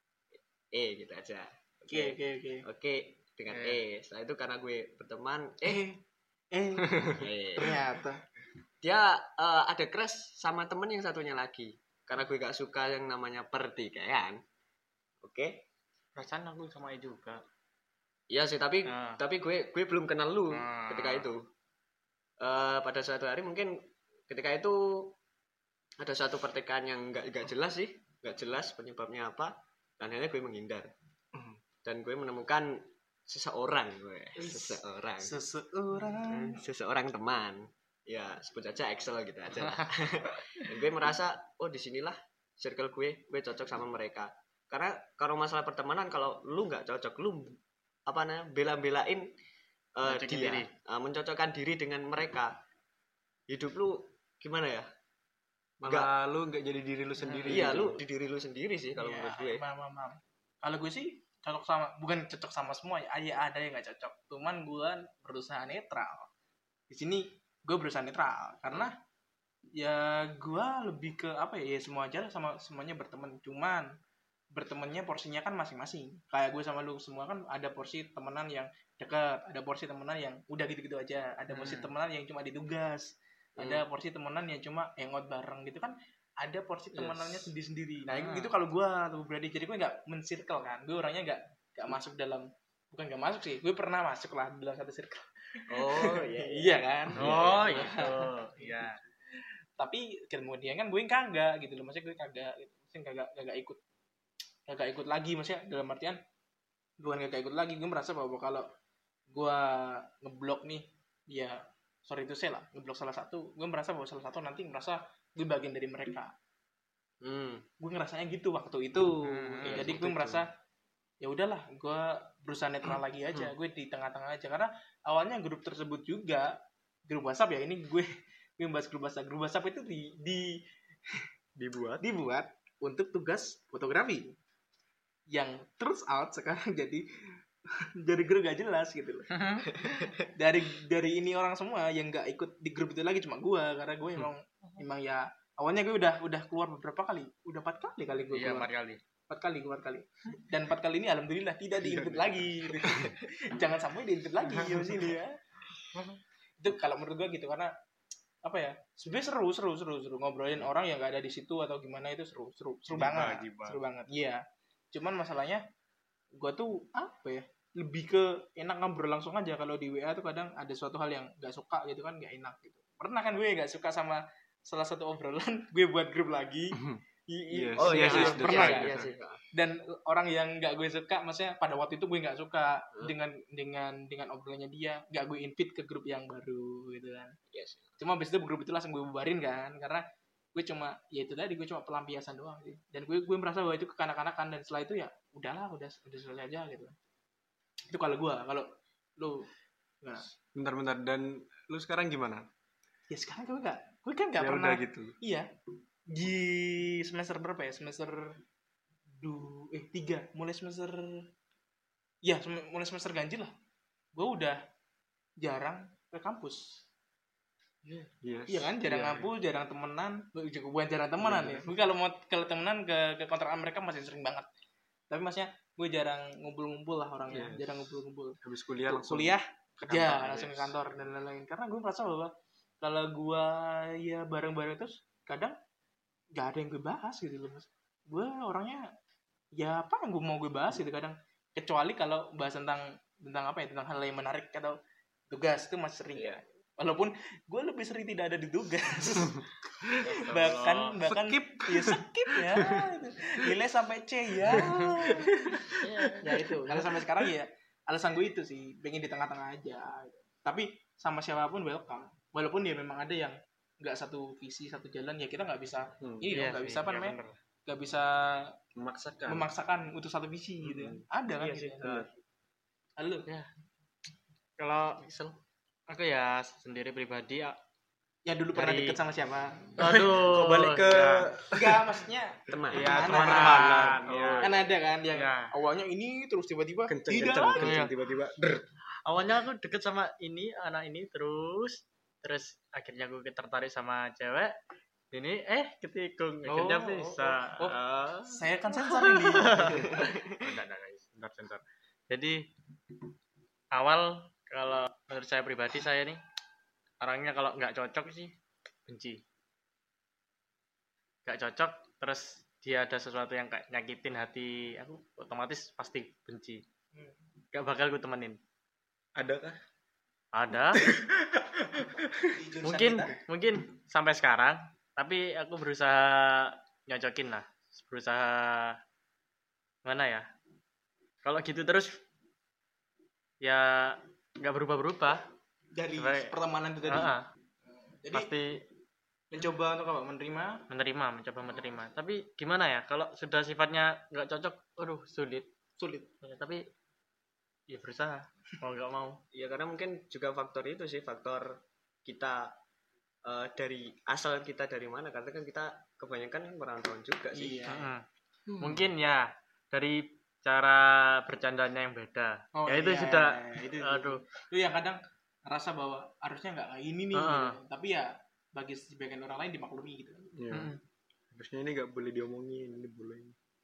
E gitu aja. Oke oke oke. Oke, dengan Eh. E. Setelah itu karena gue berteman, eh, Eh eh eh. ternyata dia eh, ada crush sama temen yang satunya lagi. Karena gue gak suka yang namanya pertikaian. Oke. Perasaan aku sama E juga. Iya sih, tapi Nah. tapi gue gue belum kenal lu Nah. ketika itu. Eh, pada suatu hari mungkin ketika itu ada suatu pertikaian yang nggak nggak jelas sih, nggak jelas penyebabnya apa, dan akhirnya gue menghindar. Dan gue menemukan seseorang, gue seseorang, seseorang seseorang teman. Ya sebut aja Excel gitu aja lah. Dan gue merasa, oh disinilah circle gue, gue cocok sama mereka. Karena kalau masalah pertemanan, kalau lu nggak cocok, lu apa namanya bela-belain uh, Mencocokin dia, diri. uh, mencocokkan diri dengan mereka, hidup lu gimana ya? Malah lu nggak jadi diri lu sendiri. Iya, gitu. lu di diri lu sendiri sih kalau Iya, menurut gue. paham, paham, paham. Kalau gue sih cocok sama, bukan cocok sama semua ya, ada ada yang nggak cocok. Cuman gue berusaha netral. Di sini gue berusaha netral karena ya gue lebih ke apa ya, ya semua aja lah, sama semuanya berteman. Cuman bertemannya porsinya kan masing-masing. Kayak gue sama lu semua kan ada porsi temenan yang dekat, ada porsi temenan yang udah gitu-gitu aja, ada porsi Hmm. temenan yang cuma di tugas, ada porsi temenan yang cuma hangout bareng gitu kan, ada porsi Yes. temenannya sendiri-sendiri. Nah, Hmm. itu kalau gue tuh berarti jadi gue nggak men-circle kan, gue orangnya nggak nggak masuk dalam, bukan nggak masuk sih, gue pernah masuk lah dalam satu circle. Oh iya, iya. Iya kan. Oh, gitu. Iya. Tapi kemudian kan gue yang kagak gitu loh, maksudnya gue kagak gitu. Maksudnya kagak kagak ikut kagak ikut lagi, maksudnya dalam artian gue kagak ikut lagi. Gue merasa bahwa kalau gue ngeblok nih dia, sorry itu saya lah, ngeblok salah satu, gue merasa bahwa salah satu nanti merasa gue bagian dari mereka. Hmm. Gue ngerasanya gitu waktu itu. Hmm, Jadi waktu gue itu. merasa ya udahlah, gue berusaha netral lagi aja, gue di tengah-tengah aja. Karena awalnya grup tersebut juga grup WhatsApp ya, ini gue gue bahas grup WhatsApp. Grup WhatsApp itu di, di Dibuat. dibuat untuk tugas fotografi. yang terus out sekarang jadi jadi grup gak jelas gitu loh. dari dari ini orang semua yang nggak ikut di grup itu lagi cuma gue, karena gue emang emang ya awalnya gue udah udah keluar beberapa kali, udah empat kali kali gue Iya, keluar. empat kali. empat kali empat kali dan empat kali ini alhamdulillah tidak di-invite lagi gitu. Jangan sampai di-invite lagi ya sini ya. Itu kalau menurut gue gitu, karena apa ya, sebenarnya seru seru seru seru ngobrolin orang yang gak ada di situ atau gimana, itu seru seru seru Giba, banget giba. seru banget iya. Cuman masalahnya gue tuh apa ya, lebih ke enak ngobrol langsung aja. Kalau di W A tuh kadang ada suatu hal yang gak suka gitu kan, gak enak gitu. Pernah kan gue gak suka sama salah satu obrolan, gue buat grup lagi. I- i- Yes, Oh iya, iya, yes, iya, yes, pernah iya, ya. iya sih. Dan orang yang nggak gue suka, maksudnya pada waktu itu gue nggak suka Hmm. dengan dengan dengan obrolannya dia, nggak gue invite ke grup yang baru gitu kan. Yes. Cuma abis itu grup itu langsung gue bubarin kan, karena gue cuma ya itu tadi, gue cuma pelampiasan doang sih. Dan gue gue merasa bahwa itu kekanak-kanakan, dan setelah itu ya udahlah, udah udah selesai aja gitu. Itu kalau gue, kalau lu nggak, Bentar-bentar, dan lu sekarang gimana? ya sekarang gue nggak, gue kan nggak Ya pernah. udah gitu. Iya, di semester berapa ya? Semester du eh tiga, mulai semester ya sem- mulai semester ganjil lah. Gue udah jarang ke kampus. Yes. Iya kan, jarang Iya. ngampus, jarang temenan. Bukan jarang temenan ya. Gue kalau mau kalau temenan ke ke kontrakan mereka masih sering banget. Tapi maksudnya gue jarang ngumpul-ngumpul lah orangnya, Yes. jarang ngumpul-ngumpul. Habis kuliah langsung Kuliah ke kerja kantor, langsung ke yes. kantor dan lain-lain. Karena gue merasa bahwa kalau gue ya bareng-bareng terus kadang nggak ada yang gue bahas gitu loh mas. Gue orangnya ya apa yang gue mau gue bahas gitu kadang, kecuali kalau bahas tentang tentang apa ya, tentang hal yang menarik atau tugas itu masih sering ya. Walaupun gue lebih sering tidak ada di tugas. bahkan bahkan Skip. ya skip ya gitu. Nilai sampai C ya. Ya itu kalau sampai sekarang ya alasan gue itu sih, pengen di tengah-tengah aja gitu. Tapi sama siapapun welcome, walaupun ya memang ada yang nggak satu visi satu jalan, ya kita nggak bisa Hmm. ini dong, nggak bisa apa namanya, nggak bisa Memaksakan. memaksakan untuk satu visi gitu kan. Ada kan Iya gitu sih, ya. benar. Halo. Kalau aku ya sendiri pribadi ya, Ya dulu pernah Dari- deket sama siapa? aduh, Kok balik ke ya. Enggak, maksudnya Teman. Iya, Mana? teman-teman. Oh. Iya. kan ada kan yang Ya. awalnya ini terus tiba-tiba Kenceng, tidak. kenceng, kenceng, Iya. tiba-tiba. Der. Awalnya aku deket sama ini anak ini terus terus akhirnya aku tertarik sama cewek ini eh ketikung akhirnya Oh, bisa. oh, oh. Ah. Saya kan sensor ini. Enggak, enggak guys, bentar, bentar. Jadi awal kalau menurut saya pribadi, saya nih orangnya kalau nggak cocok sih benci. Nggak cocok terus dia ada sesuatu yang kayak nyakitin hati aku, otomatis pasti benci. Gak bakal gue temenin. Ada kah? Ada, Di jurusan mungkin kita. mungkin sampai sekarang, tapi aku berusaha nyocokin lah, berusaha mana ya, kalau gitu terus ya nggak berubah-berubah. dari Sebagai- pertemanan itu tadi. Ah, ah, Jadi pasti mencoba untuk apa? Menerima. menerima, mencoba menerima. Tapi gimana ya, kalau sudah sifatnya nggak cocok, aduh sulit. Sulit. Ya, tapi ya berusaha, mau nggak mau. Ya karena mungkin juga faktor itu sih, faktor kita eh, dari asal kita dari mana, karena kan kita kebanyakan kan perantauan juga sih. Iya. Mm-mm. Mungkin ya dari cara bercandanya yang beda. Oh, ya itu iya, sudah, itu, itu. aduh. Itu yang kadang rasa bahwa harusnya nggak kayak ini nih, Ah. gitu. Tapi ya bagi sebagian orang lain dimaklumi gitu. Iya. Mm-mm. Harusnya ini nggak boleh diomongin, ini boleh.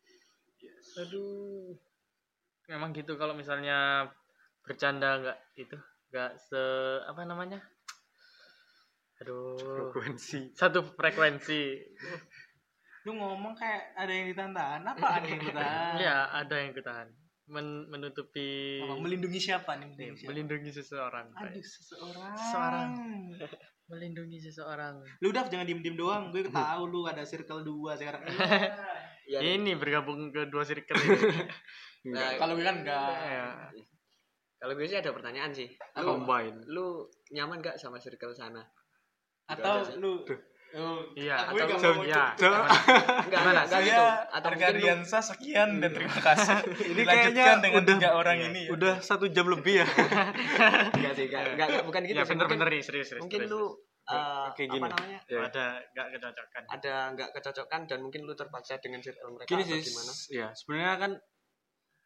Aduh, memang gitu kalau misalnya bercanda nggak itu nggak se apa namanya, aduh, Frekuensi. satu frekuensi. Lu ngomong kayak ada yang ditahan, apaan yang ditahan? Ya ada yang ketahan. Men- menutupi Apa, melindungi siapa nih? Iya, Melindungi siapa? melindungi seseorang. Aduh, kayak. seseorang. Seseorang. Melindungi seseorang. Lu udah jangan diem-diem doang. Gue tahu lu ada circle dua sekarang. Iya. Ini bergabung ke dua circle ini. Nah, Kalau gue kan enggak. Ya. kalau gue sih ada pertanyaan sih. Lu, Combine. lu nyaman gak sama circle sana? Atau Ada sih. lu Oh, Iya, aku atau nggak lu- mau ya. cepet. Gimana? Enggak, Gimana? enggak, enggak gitu. Atau mungkin lu Argadiansa sekian dan terima kasih. Ini Dilanjutkan kayaknya dengan udah tiga orang iya, ini. Ya. Udah satu jam lebih ya. enggak sih, enggak, enggak, enggak, bukan gitu Ya sih. bener-bener Mungkin, nih, serius serius. mungkin serius, lu serius. eh, Kayak apa gini. namanya? Ya. ada nggak kecocokan. Ada enggak kecocokan dan mungkin lu terpaksa dengan circle mereka Gini atau sih, gimana? ya sebenarnya kan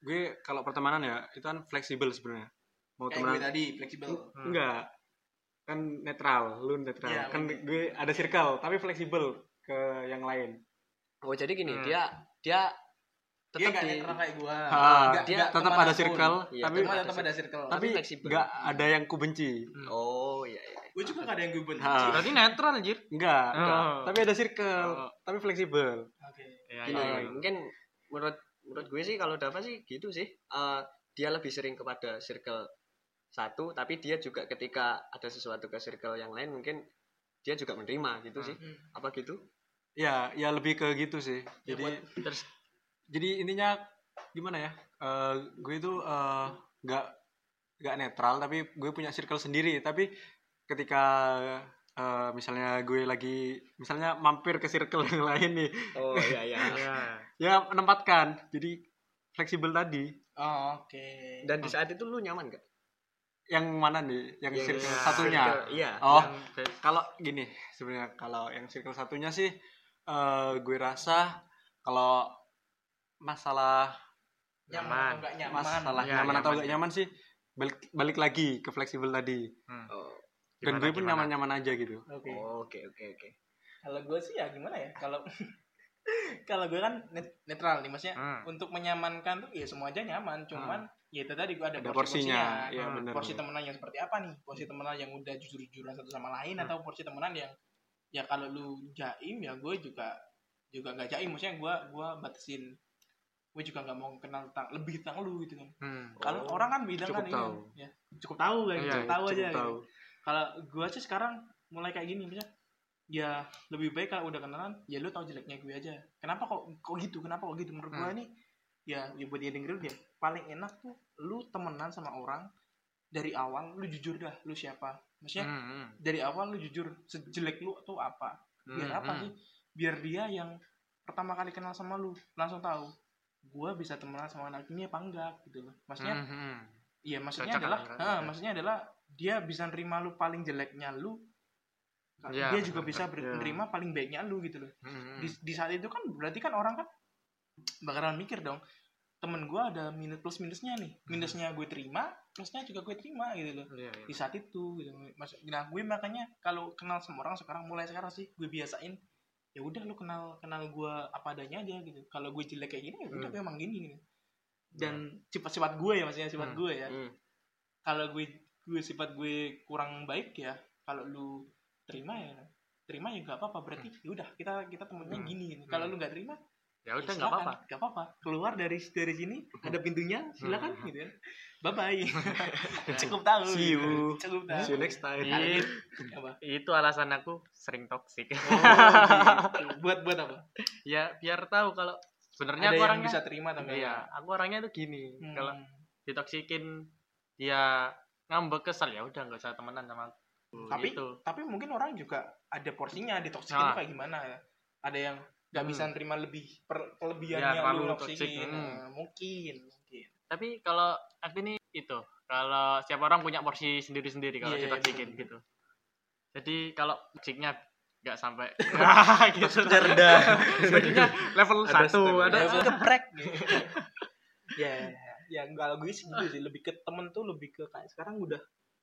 gue kalau pertemanan ya itu kan fleksibel sebenarnya. Mau Kayak gue temenan tadi fleksibel. Hmm. enggak. Kan netral, lu netral. Iya, kan bener. gue ada circle tapi fleksibel ke yang lain. Oh jadi gini, Hmm. dia dia Dia tetap nggak di netral kayak gua. Ah, Nggak- dia nggak Tetap kemana ada pun. circle, Iya, tapi Cuma ada tetap ada circle. tapi fleksibel. enggak ada yang ku benci. Oh iya iya. Gue juga nggak ada yang gue benci. Ah. Berarti netral anjir. Enggak, Oh. enggak. Tapi ada circle, Oh. tapi fleksibel. Oke. Ya, Gini, ya, ya. mungkin menurut menurut gue sih kalau Dava sih gitu sih. Eh, dia lebih sering kepada circle satu, tapi dia juga ketika ada sesuatu ke circle yang lain mungkin dia juga menerima gitu sih. Hmm. Apa gitu? Ya, ya lebih ke gitu sih. Ya, Jadi buat- Terus jadi intinya gimana ya? Eh, gue itu eh, nggak nggak netral, tapi gue punya circle sendiri. Tapi ketika eh, misalnya gue lagi misalnya mampir ke circle yang lain nih, Oh iya iya. ya. ya menempatkan. Jadi fleksibel tadi. Oh, oke. Dan di saat itu lu nyaman gak? Yang mana nih? Yang Yang circle ya, satunya. circle, iya. Oh, Yang kalau gini sebenarnya kalau yang circle satunya sih eh, gue rasa kalau masalah Nyaman Nyaman. atau nggak nyaman. masalah Ya, nyaman atau nyaman, gak ya. nyaman sih balik balik lagi ke fleksibel tadi. Hmm. Oh, Dan Gimana, gue pun gimana? nyaman-nyaman aja gitu. Oke. oke oke oke. Kalau gue sih ya gimana ya? Kalau kalau gue kan net- netral nih maksudnya Hmm. untuk menyamankan tuh ya semua aja nyaman, cuman ya itu tadi gue ada, Ada porsi-porsinya. porsinya. Iya, Hmm. benar. Porsi temenan yang seperti apa nih? Porsi temenan yang udah jujur-jujuran satu sama lain Hmm. atau porsi temenan yang ya kalau lu jaim ya gue juga juga nggak jaim, maksudnya gue gue batasin, gue juga nggak mau kenal tentang lebih tentang lu gitu kan. Hmm. Kalau Oh, orang kan bilang cukup kan ini tahu. kan, ya cukup tahu kan, Iya, cukup tahu Cukup aja. tahu. Gitu. Kalau gue sih sekarang mulai kayak gini, misalnya ya lebih baik kalau udah kenalan ya lu tahu jeleknya gue aja. Kenapa kok kok gitu? Kenapa kok gitu? Menurut gue Hmm. nih ya, ya buat dia dengerin ya paling enak tuh lu temenan sama orang dari awal lu jujur dah lu siapa. Maksudnya Hmm, hmm. dari awal lu jujur sejelek lu tuh apa. Biar Hmm, apa hmm. sih? Biar dia yang pertama kali kenal sama lu langsung tahu gue bisa temenan sama anak ini apa enggak gitu loh. Maksudnya Hmm, hmm. iya maksudnya Cocok adalah, lah, ah, cocok. maksudnya adalah dia bisa nerima lu paling jeleknya lu, Iya, dia juga benar, bisa benar. ber- menerima paling baiknya lu gitu loh. Hmm, hmm. Di, di saat itu kan berarti kan orang kan bakalan mikir dong, temen gue ada minus plus minusnya nih, minusnya gue terima, plusnya juga gue terima gitu loh. Iya, iya. Di saat itu gitu. Mas, nah gue makanya kalau kenal sama orang sekarang, mulai sekarang sih gue biasain ya udah lu kenal kenal gue apa adanya aja gitu. Kalau gue jelek kayak gini ya udah Hmm. gue emang gini gitu. Dan sifat-sifat gue ya, maksudnya sifat Hmm. gue ya. Hmm. Kalau gue gue sifat gue kurang baik ya, kalau lu terima ya terima ya nggak apa-apa, berarti ya udah kita kita temennya Hmm. gini gitu. Kalau Hmm. lu nggak terima Ya ya udah nggak silakan, apa-apa. nggak apa-apa, keluar dari dari sini ada pintunya, silakan Hmm. gitu kan, bye bye. Cukup tahu See gitu. you. Cukup tahu. See you next time. It- Apa? itu alasan aku sering toksik. Oh, gitu. buat buat apa? Ya biar tahu kalau sebenarnya Ada aku yang orangnya bisa terima atau enggak? iya, aku orangnya tuh gini. Hmm. Kalau ditoksikin dia ngambek kesal ya udah nggak usah temenan sama aku. tapi Gitu. tapi mungkin orang juga ada porsinya di toxic Nah. itu kayak gimana ya, ada yang nggak Hmm. bisa nerima lebih per, Ya, kelebihannya terlalu lu toxic. toxikin. Hmm. Nah, mungkin mungkin Tapi kalau aku ini itu, kalau setiap orang punya porsi sendiri-sendiri kalau Iya, iya, ditoksikin betul, gitu. Jadi kalau toksiknya nggak sampai gitu. Cerdas. Jadinya level Ada satu step. ada level geprek gitu. ya ya kalau gue sih gitu sih, lebih ke temen tuh lebih ke kayak sekarang udah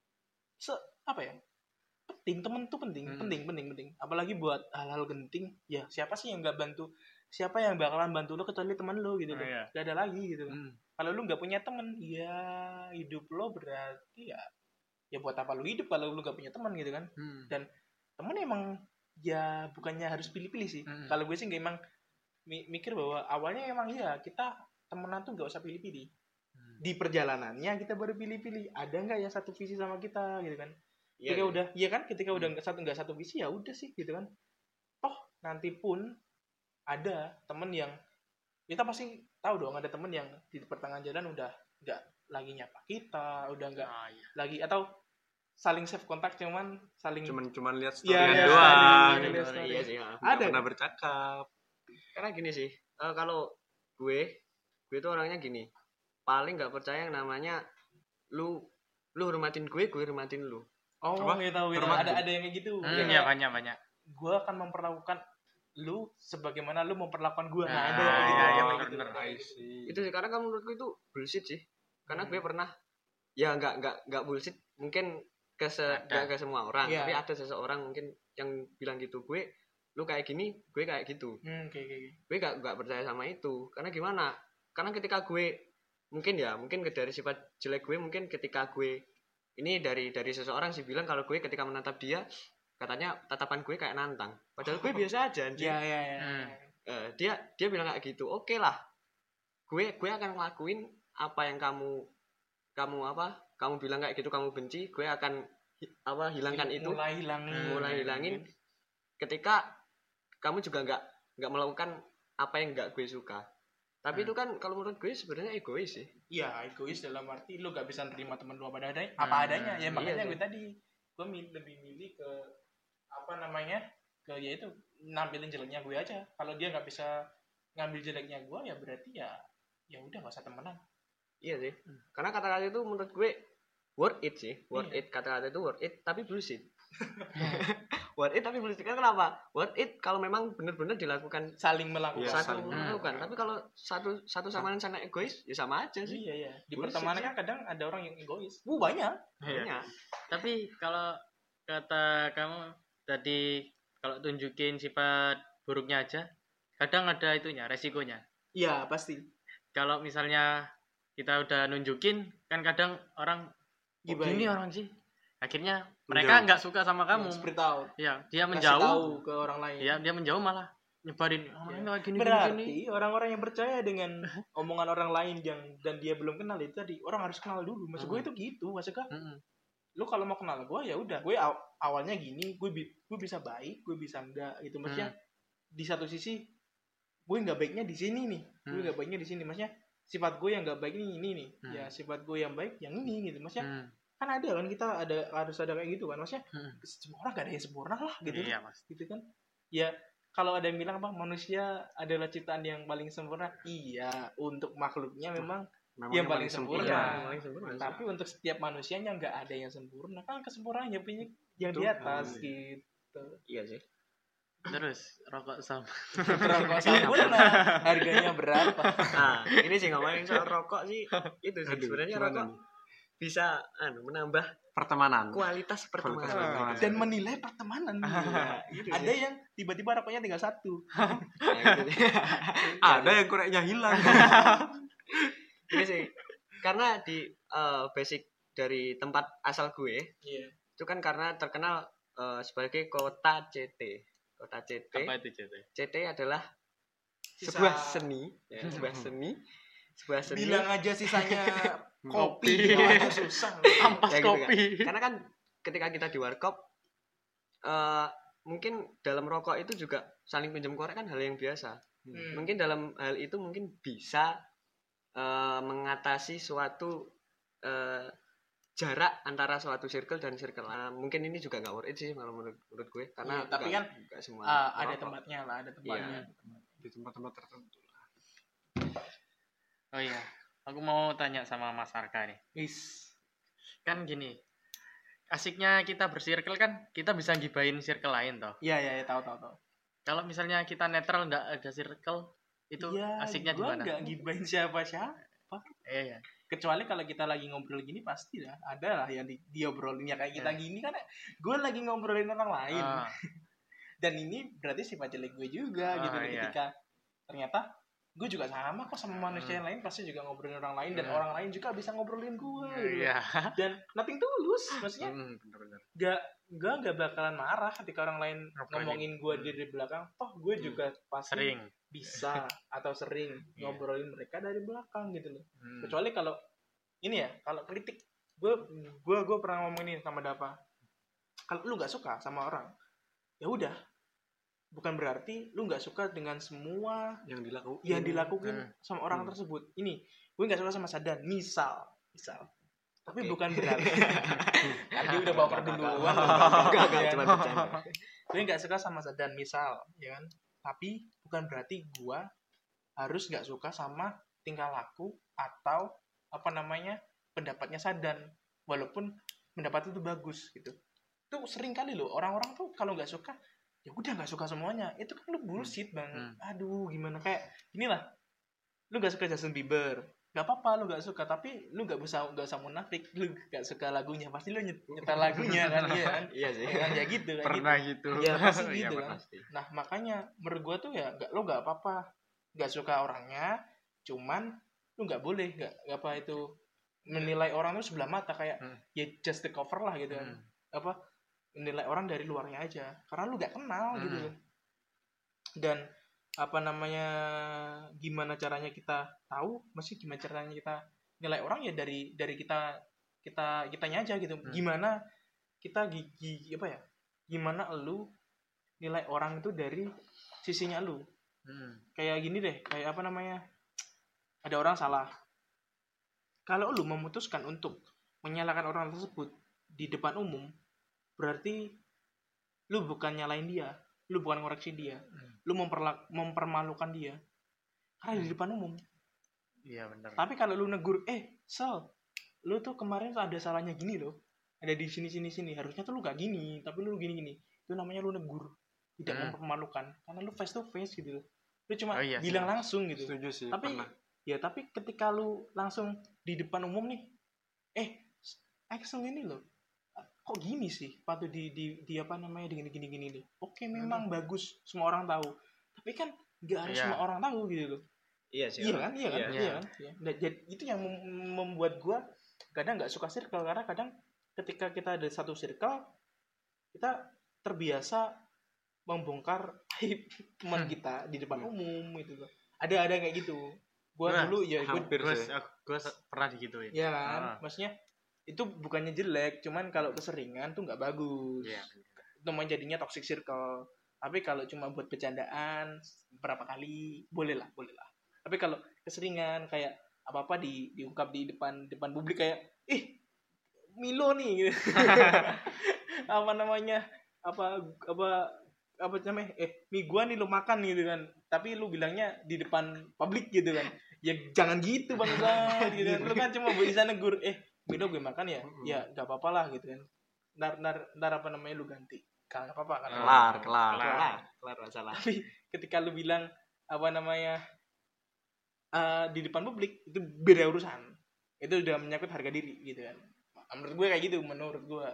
se apa ya, penting, temen tuh penting, Hmm. penting penting penting apalagi buat hal-hal genting ya. Siapa sih yang nggak bantu, siapa yang bakalan bantu lo kecuali teman lo gitu Oh, loh. iya. Gak ada lagi gitu. Hmm. Kalau lu nggak punya temen ya hidup lo berarti ya ya buat apa lu hidup kalau lu nggak punya teman gitu kan. Hmm. Temen emang ya bukannya harus pilih-pilih sih. Hmm. Kalau gue sih nggak, emang mi- mikir bahwa awalnya emang ya kita temenan tuh nggak usah pilih-pilih. Hmm. Di perjalanannya kita baru pilih-pilih, ada nggak ya satu visi sama kita gitu kan. Iya, Ketika iya. udah, iya kan, ketika udah nggak satu nggak satu visi ya udah sih gitu kan. Toh nanti pun ada temen yang kita pasti tahu dong, ada temen yang di pertengahan jalan udah nggak lagi nyapa kita, udah nggak Ah, iya. lagi, atau saling save kontak cuman saling Cuman cuman lihat Iya, story iya, doang. story, Nggak lihat story. Iya sih. ya. ada pernah bercakap. Karena gini sih, eh, kalau gue gue tuh orangnya gini, paling nggak percaya yang namanya lu lu hormatin gue, gue hormatin lu. oh Apa? nggak tahu gitu. Hormat ada tuh. ada yang kayak gitu. Hmm, Ya, ya banyak banyak. gue akan memperlakukan lu sebagaimana lu memperlakukan gue. Nah, Nah, ada yang kayak gitu. iya, iya, Kayak bener, gitu. bener. I see. Itu sih karena kan menurutku itu bullshit sih. Karena Hmm. gue pernah ya nggak nggak nggak bullshit mungkin ke se Ada. nggak ke semua orang, Iya. tapi ada seseorang mungkin yang bilang gitu, gue lu kayak gini, gue kayak gitu. Hmm, kayak kayak gitu. Gue gak, gak percaya sama itu. Karena gimana? Karena ketika gue mungkin ya mungkin dari sifat jelek gue, mungkin ketika gue ini dari dari seseorang sih bilang kalau gue ketika menatap dia katanya tatapan gue kayak nantang, padahal gue biasa aja anjing. Iya, iya, iya. Hmm. Eh, dia dia bilang kayak gitu, oke lah, gue gue akan ngelakuin apa yang kamu kamu apa kamu bilang kayak gitu, kamu benci, gue akan hi- apa hilangkan itu, mulai hilangin. Hmm. mulai hilangin ketika kamu juga nggak nggak melakukan apa yang nggak gue suka. Tapi Hmm. itu kan kalau menurut gue sebenarnya egois sih. Iya, egois dalam arti lu gak bisa nerima temen lu apa adanya, Hmm, apa adanya. Ya iya makanya sih. gue tadi gue mi- lebih milih ke apa namanya ke ya itu nampilin jeleknya gue aja. Kalau dia nggak bisa ngambil jeleknya gue ya berarti ya ya udah nggak usah temenan. Iya sih. Karena kata-kata itu menurut gue worth it sih. Worth Iya. it, kata-kata itu worth it tapi bullshit. Worth it tapi bullshit. Kan kenapa? Worth it kalau memang benar-benar dilakukan Saling melakukan. Iya, satu saling melakukan. Tapi kalau satu satu sama lain sana egois, ya sama aja sih. Iya iya. Di Bullshit pertemanan sih. kan kadang ada orang yang egois. Uh banyak. Iya. Banyak. Tapi kalau kata kamu tadi kalau tunjukin sifat buruknya aja, kadang ada itunya, resikonya. Iya pasti. Kalau misalnya kita udah nunjukin, kan kadang orang "Kok Gibahin. gini orang sih. Akhirnya mereka Menjauh. nggak suka sama kamu. Yang spread out. Ya, dia Kasih menjauh. tahu ke orang lain. Ya, dia menjauh malah nyebarin oh, Ya. nggak gini Berarti gini gini. orang-orang yang percaya dengan omongan orang lain yang dan dia belum kenal itu tadi, orang harus kenal dulu. Maksud gue Hmm. itu gitu, maksudnya Mm-mm. lu kalau mau kenal gue ya udah, gue aw- awalnya gini, gue bi- gue bisa baik, gue bisa enggak gitu. Maksudnya di satu sisi gue nggak baiknya di sini nih, gue Hmm. nggak baiknya di sini. Maksudnya sifat gue yang nggak baik ini ini nih, Hmm. ya sifat gue yang baik yang ini gitu. Maksudnya Hmm. kan ada kan kita ada harus ada kayak gitu kan. Maksudnya Hmm. semua orang gak ada yang sempurna lah gitu. Iya, Mas. Gitu kan. Ya kalau ada yang bilang apa manusia adalah ciptaan yang paling sempurna, iya untuk makhluknya memang Memang yang paling sempurna. Iya, paling sempurna. tapi untuk setiap manusianya nggak ada yang sempurna, kan kesempurnaannya punya yang di Betul. atas Hmm. gitu. Iya sih. Terus rokok sama. Rokok sempurna harganya berapa? Nah, ini sih ngomongin soal rokok sih. Itu sih Aduh, sebenarnya gimana rokok nih? bisa anu menambah Pertemanan. kualitas pertemanan. Kualitas pertemanan. Dan menilai pertemanan. Gitu Ada sih. yang tiba-tiba rokoknya tinggal satu. Nah, gitu sih. Ada yang koreknya hilang. Ini sih karena di eh, basic dari tempat asal gue Iya. itu kan karena terkenal eh, sebagai kota C T. Kota C T. Apa itu Jete? C T adalah Sisa- sebuah seni, ya, sebuah seni, sebuah seni. Bilang aja sisanya kopi, Kopi. bilang aja susah. Ampas Ya gitu kan. kopi. Karena kan ketika kita di warkop eh mungkin dalam rokok itu juga saling pinjam korek kan hal yang biasa. Hmm. Mungkin dalam hal itu mungkin bisa eh, mengatasi suatu eh, jarak antara suatu circle dan circle. Nah, mungkin ini juga nggak worth it sih kalau menurut, menurut gue karena Iya, tapi nggak- kan, nggak semua Ah, ada merokok. tempatnya lah, ada tempatnya. Di tempat-tempat tertentu. Oh iya, aku mau tanya sama Mas Arka nih. Is. Kan gini, asiknya kita bersirkel kan, kita bisa gibain circle lain toh. Iya, iya, ya, tahu, tahu, tahu. Kalau misalnya kita netral nggak ada circle, itu Iya, asiknya di gua mana? nggak gibahin siapa-siapa. Iya, iya. Kecuali kalau kita lagi ngobrol gini pasti lah ada lah yang di, diobrolin ya kayak kita Iya. gini kan gue lagi ngobrolin orang lain Ah, dan ini berarti sifat jelek gue juga Oh, gitu iya. ketika ternyata gue juga sama kok sama manusia yang lain pasti juga ngobrolin orang lain dan Hmm. orang lain juga bisa ngobrolin gue gitu. iya. Dan nothing tulus maksudnya Hmm, bener-bener. gak gue gak bakalan marah ketika orang lain Ngobrolin. ngomongin gue Hmm. dari belakang toh gue Hmm. juga pasti Sering. bisa atau sering Iya. ngobrolin mereka dari belakang gitu loh. Hmm. Kecuali kalau ini ya, kalau kritik gue gue gue pernah ngomong ini sama Dapa. Kalau lu nggak suka sama orang, ya udah, bukan berarti lu nggak suka dengan semua Yang dilakukan. yang dilakukan Hmm. sama orang Hmm. tersebut. Ini gue nggak suka sama Sadan, misal, misal. Tapi Oke. bukan berarti kan dia udah baper duluan. Enggak, enggak, ya. cuma bercanda. Gue nggak suka sama Sadan, misal, ya kan. Tapi bukan berarti gue harus nggak suka sama tingkah laku atau apa namanya pendapatnya Sadan, walaupun pendapat itu bagus gitu. Itu sering kali loh orang-orang tuh kalau nggak suka ya udah nggak suka semuanya, itu kan lu bullshit bang. Hmm. Aduh gimana, kayak inilah, lu nggak suka Justin Bieber, nggak apa-apa lu nggak suka, tapi lu nggak bisa nggak usah munafik, lu nggak suka lagunya pasti lu nyet- nyetel lagunya kan, iya kan, Iya sih. ya kan ya gitu kayak Pernah gitu. gitu. Ya pasti Iya, gitu pernah. kan. Nah makanya menurut gua tuh ya nggak, lu nggak apa-apa nggak suka orangnya, cuman lu nggak boleh nggak nggak apa itu menilai orang tuh sebelah mata, kayak Hmm. ya just the cover lah gitu kan. Hmm. Apa menilai orang dari luarnya aja karena lu gak kenal gitu Hmm. loh. Dan apa namanya, gimana caranya kita tahu, mesti gimana caranya kita nilai orang ya dari dari kita kita kitanya aja gitu. Hmm. Gimana kita gigi apa ya, gimana lu nilai orang itu dari sisinya lu. Hmm. Kayak gini deh, kayak apa namanya, ada orang salah, kalau lu memutuskan untuk menyalahkan orang tersebut di depan umum, berarti lu bukan nyalain dia, lu bukan ngoreksi dia, Hmm. lu memperla- mempermalukan dia karena di depan umum. Iya benar. Tapi kalau lu negur, eh Sel, lu tuh kemarin tuh ada salahnya gini loh, ada di sini sini sini, harusnya tuh lu gak gini, tapi lu gini gini, itu namanya lu negur, tidak Hmm. mempermalukan, karena lu face to face gitu loh, lu cuma Oh, iya, bilang sih. langsung gitu. Setuju sih, Tapi pernah. ya tapi ketika lu langsung di depan umum nih, eh Axel ini loh kok gini sih, patut di di, di apa namanya di gini gini gini nih, oke memang bagus, semua orang tahu, tapi kan nggak harus Iya. semua orang tahu gitu loh. Iya sih. Iya kan, iya kan, Iya. iya kan. Iya. Nah, jadi itu yang mem- membuat gua kadang nggak suka circle, karena kadang ketika kita ada satu circle, kita terbiasa membongkar aib teman kita di depan umum gitu loh. Ada ada kayak gitu. Gua Nah, dulu ya gua, hampir Gue sih. gue pernah digituin. ya kan, Ah. maksudnya itu bukannya jelek, cuman kalau keseringan tuh nggak bagus. Iya. Itu main jadinya toxic circle. Tapi kalau cuma buat bercandaan berapa kali, boleh lah, boleh lah. Tapi kalau keseringan kayak apa-apa di diungkap di depan depan publik, kayak ih Milo nih gitu. apa namanya? Apa apa apa namanya? Eh, mie gua nih lu makan gitu kan. Tapi lu bilangnya di depan publik gitu kan. Ya jangan gitu bangsa gitu kan. Lu kan cuma bisa negur, eh Milo gue makan ya. Ya enggak apa-apa lah gitu kan. Ntar, ntar, ntar apa namanya lu ganti. Kalau nggak apa-apa kan. Kelar, kelar. Kelar, kelar masalah. Tapi ketika lu bilang apa namanya eh, di depan publik, itu beda urusan, itu udah menyangkut harga diri gitu kan. Menurut gue kayak gitu, menurut gue.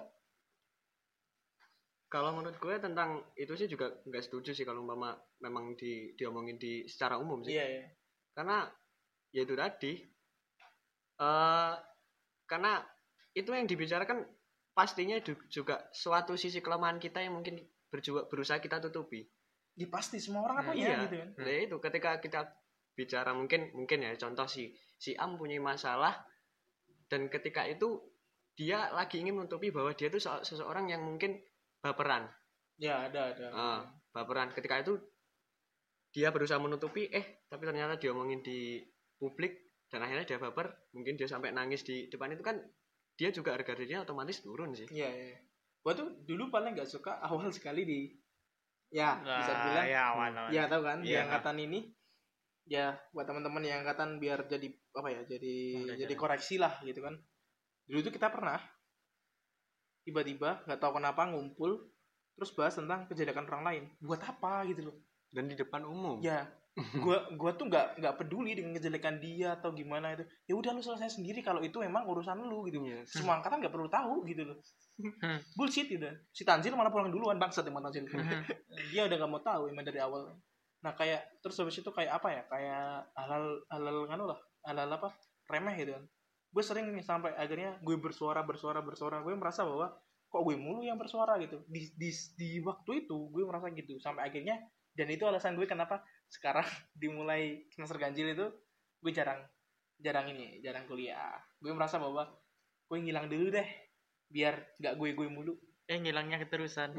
Kalau menurut gue tentang itu sih juga nggak setuju sih kalau umpama memang di diomongin di secara umum sih. Iya ya. Karena ya itu tadi eh karena itu yang dibicarakan pastinya du- juga suatu sisi kelemahan kita yang mungkin berjuang berusaha kita tutupi. Ya pasti semua orang Hmm, punya Iya. gitu kan. Nah, itu ketika kita bicara mungkin mungkin ya contoh si si A mempunyai masalah dan ketika itu dia lagi ingin menutupi bahwa dia itu se- seseorang yang mungkin baperan. Ya ada ada. Ah, baperan. Ketika itu dia berusaha menutupi, eh tapi ternyata diomongin di publik dan akhirnya dia baper, mungkin dia sampai nangis di depan, itu kan dia juga harga dirinya otomatis turun sih. Iya ya. Gue tuh dulu paling nggak suka awal sekali di, ya bisa Nah, bilang, ya awal awal. ya tahu kan, di Iya. angkatan ini, ya buat teman-teman yang angkatan biar jadi apa ya, jadi Pembelajaran. jadi koreksi lah gitu kan. Dulu tuh kita pernah tiba-tiba nggak tahu kenapa ngumpul terus bahas tentang kejelekan orang lain. Buat apa gitu loh? Dan di depan umum. Ya, gua gua tuh nggak nggak peduli dengan kejelekan dia atau gimana itu. Ya udah lu selesai sendiri kalau itu emang urusan lu gitu. Iya. Semua angkatan nggak perlu tahu gitu loh. Hmm. Bullshit gitu. Si Tanzil malah pulang duluan, bangsat emang Tanzil. Dia udah nggak mau tahu emang dari awal. Nah kayak terus habis itu kayak apa ya? Kayak halal halal kan lah, halal apa? Remeh gitu kan. Gue sering nih sampai akhirnya gue bersuara bersuara bersuara. Gue merasa bahwa kok gue mulu yang bersuara gitu. Di di di waktu itu gue merasa gitu sampai akhirnya, dan itu alasan gue kenapa sekarang dimulai semester ganjil itu gue jarang jarang ini jarang kuliah. Gue merasa bahwa gue ngilang dulu deh biar nggak gue gue mulu. Eh ngilangnya keterusan.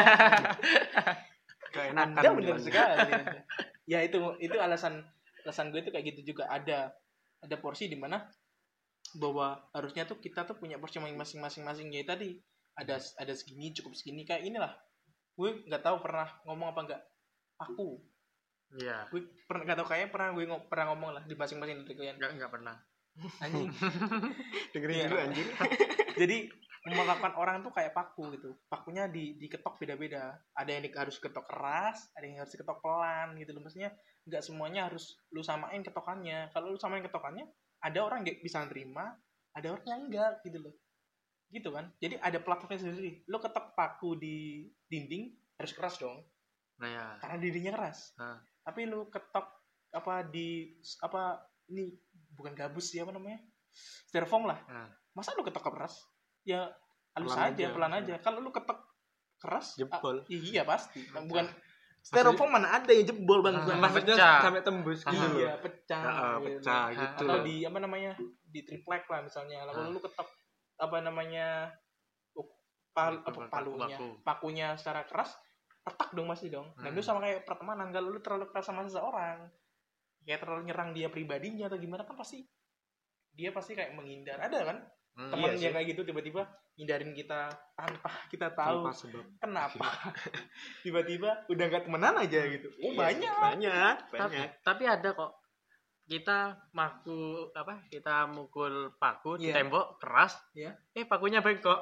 Keenakan Anda benar bilangnya. sekali. Anda. Ya itu itu alasan alasan gue tuh kayak gitu juga. Ada ada porsi di mana bahwa harusnya tuh kita tuh punya porsi masing-masing masing-masing. Ya tadi ada ada segini, cukup segini, kayak inilah. Gue nggak tahu pernah ngomong apa enggak. Aku Iya. gue pernah nggak tahu, kayaknya pernah gue ngo- pernah ngomong lah di masing-masing dari kalian. Enggak enggak pernah. Anjing. Dengerin Iya. dulu anjir. Jadi memperlakukan orang tuh kayak paku gitu. Pakunya di diketok beda-beda. Ada yang di, harus ketok keras, ada yang harus ketok pelan gitu loh. Maksudnya nggak semuanya harus lu samain ketokannya. Kalau lu samain ketokannya, ada orang yang bisa nerima, ada orang yang enggak gitu loh. Gitu kan. Jadi ada platformnya sendiri. Lu ketok paku di dinding harus keras dong. Nah ya. Karena dindingnya keras. Nah. Tapi lu ketok apa di apa ini bukan gabus sih apa namanya? Styrofoam lah. Nah. Masa lu ketok keras? Ya halus Pelan aja, aja. pelan aja. Kalau lu ketok keras, Jebol. ah, iya pasti. Bukan styrofoam mana ada yang jebol bang? Ah, Bukan. Maksudnya pecah. sampai tembus gitu loh. Iya pecah. Ya, ah, gitu. pecah gitu Atau loh. di apa namanya di triplek lah misalnya. Lalu Ah. lu ketok apa namanya uh, pal, apa, Paku, palunya, paku. pakunya secara keras, retak dong masih dong. Nah Hmm. itu sama kayak pertemanan. Kalau lu terlalu keras sama seseorang, kayak terlalu nyerang dia pribadinya atau gimana kan pasti dia pasti kayak menghindar. Ada kan Hmm, teman iya yang kayak gitu tiba-tiba hindarin kita tanpa kita tahu Tanpa sebab. kenapa. Tiba-tiba udah gak temenan aja gitu. Oh banyak. banyak Tapi, banyak tapi ada kok. Kita maku apa? Kita mukul paku di Iya. tembok keras. Iya. Eh pakunya bengkok.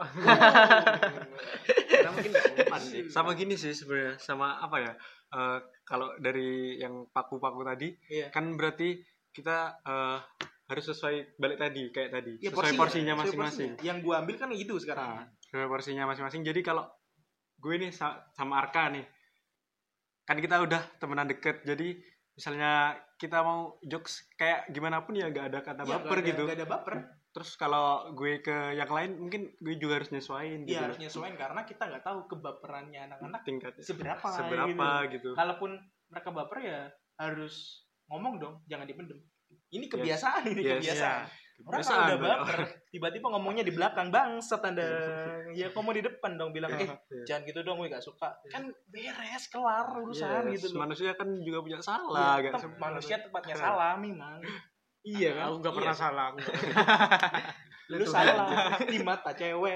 karena mungkin nggak mempan sih. Sama gini sih sebenarnya, sama apa ya? eh, kalau dari yang paku-paku tadi, Iya. kan berarti kita eh, harus sesuai balik tadi kayak tadi, Ya, sesuai porsinya sesuai masing-masing. porsinya. Yang gua ambil kan itu sekarang. Nah, sesuai porsinya masing-masing. Jadi kalau gue nih sa- sama Arka nih, kan kita udah temenan deket. Jadi misalnya kita mau jokes kayak gimana pun ya gak ada kata Iya, baper nggak ada- gitu. nggak ada baper. Terus kalau gue ke yang lain mungkin gue juga harus nyesuaiin gitu. Iya loh. harus nyesuaiin karena kita nggak tahu kebaperannya anak-anak Tingkat seberapa. seberapa gitu. gitu. Kalaupun mereka baper ya harus ngomong dong, jangan dipendem. Ini kebiasaan, ini Yes, kebiasaan. Orang Kebiasaan kalau udah banyak baper, tiba-tiba ngomongnya di belakang, bangsat Anda. Ya ngomong di depan dong, bilang, eh Iya. jangan gitu dong, gue gak suka. Kan beres, kelar urusan Yes, gitu loh. manusia kan juga punya Ya, salah kan. tetap manusia tempatnya salah memang. Iya kan? Aku nggak pernah Iya. salah. Aku. Lu salah di mata cewek.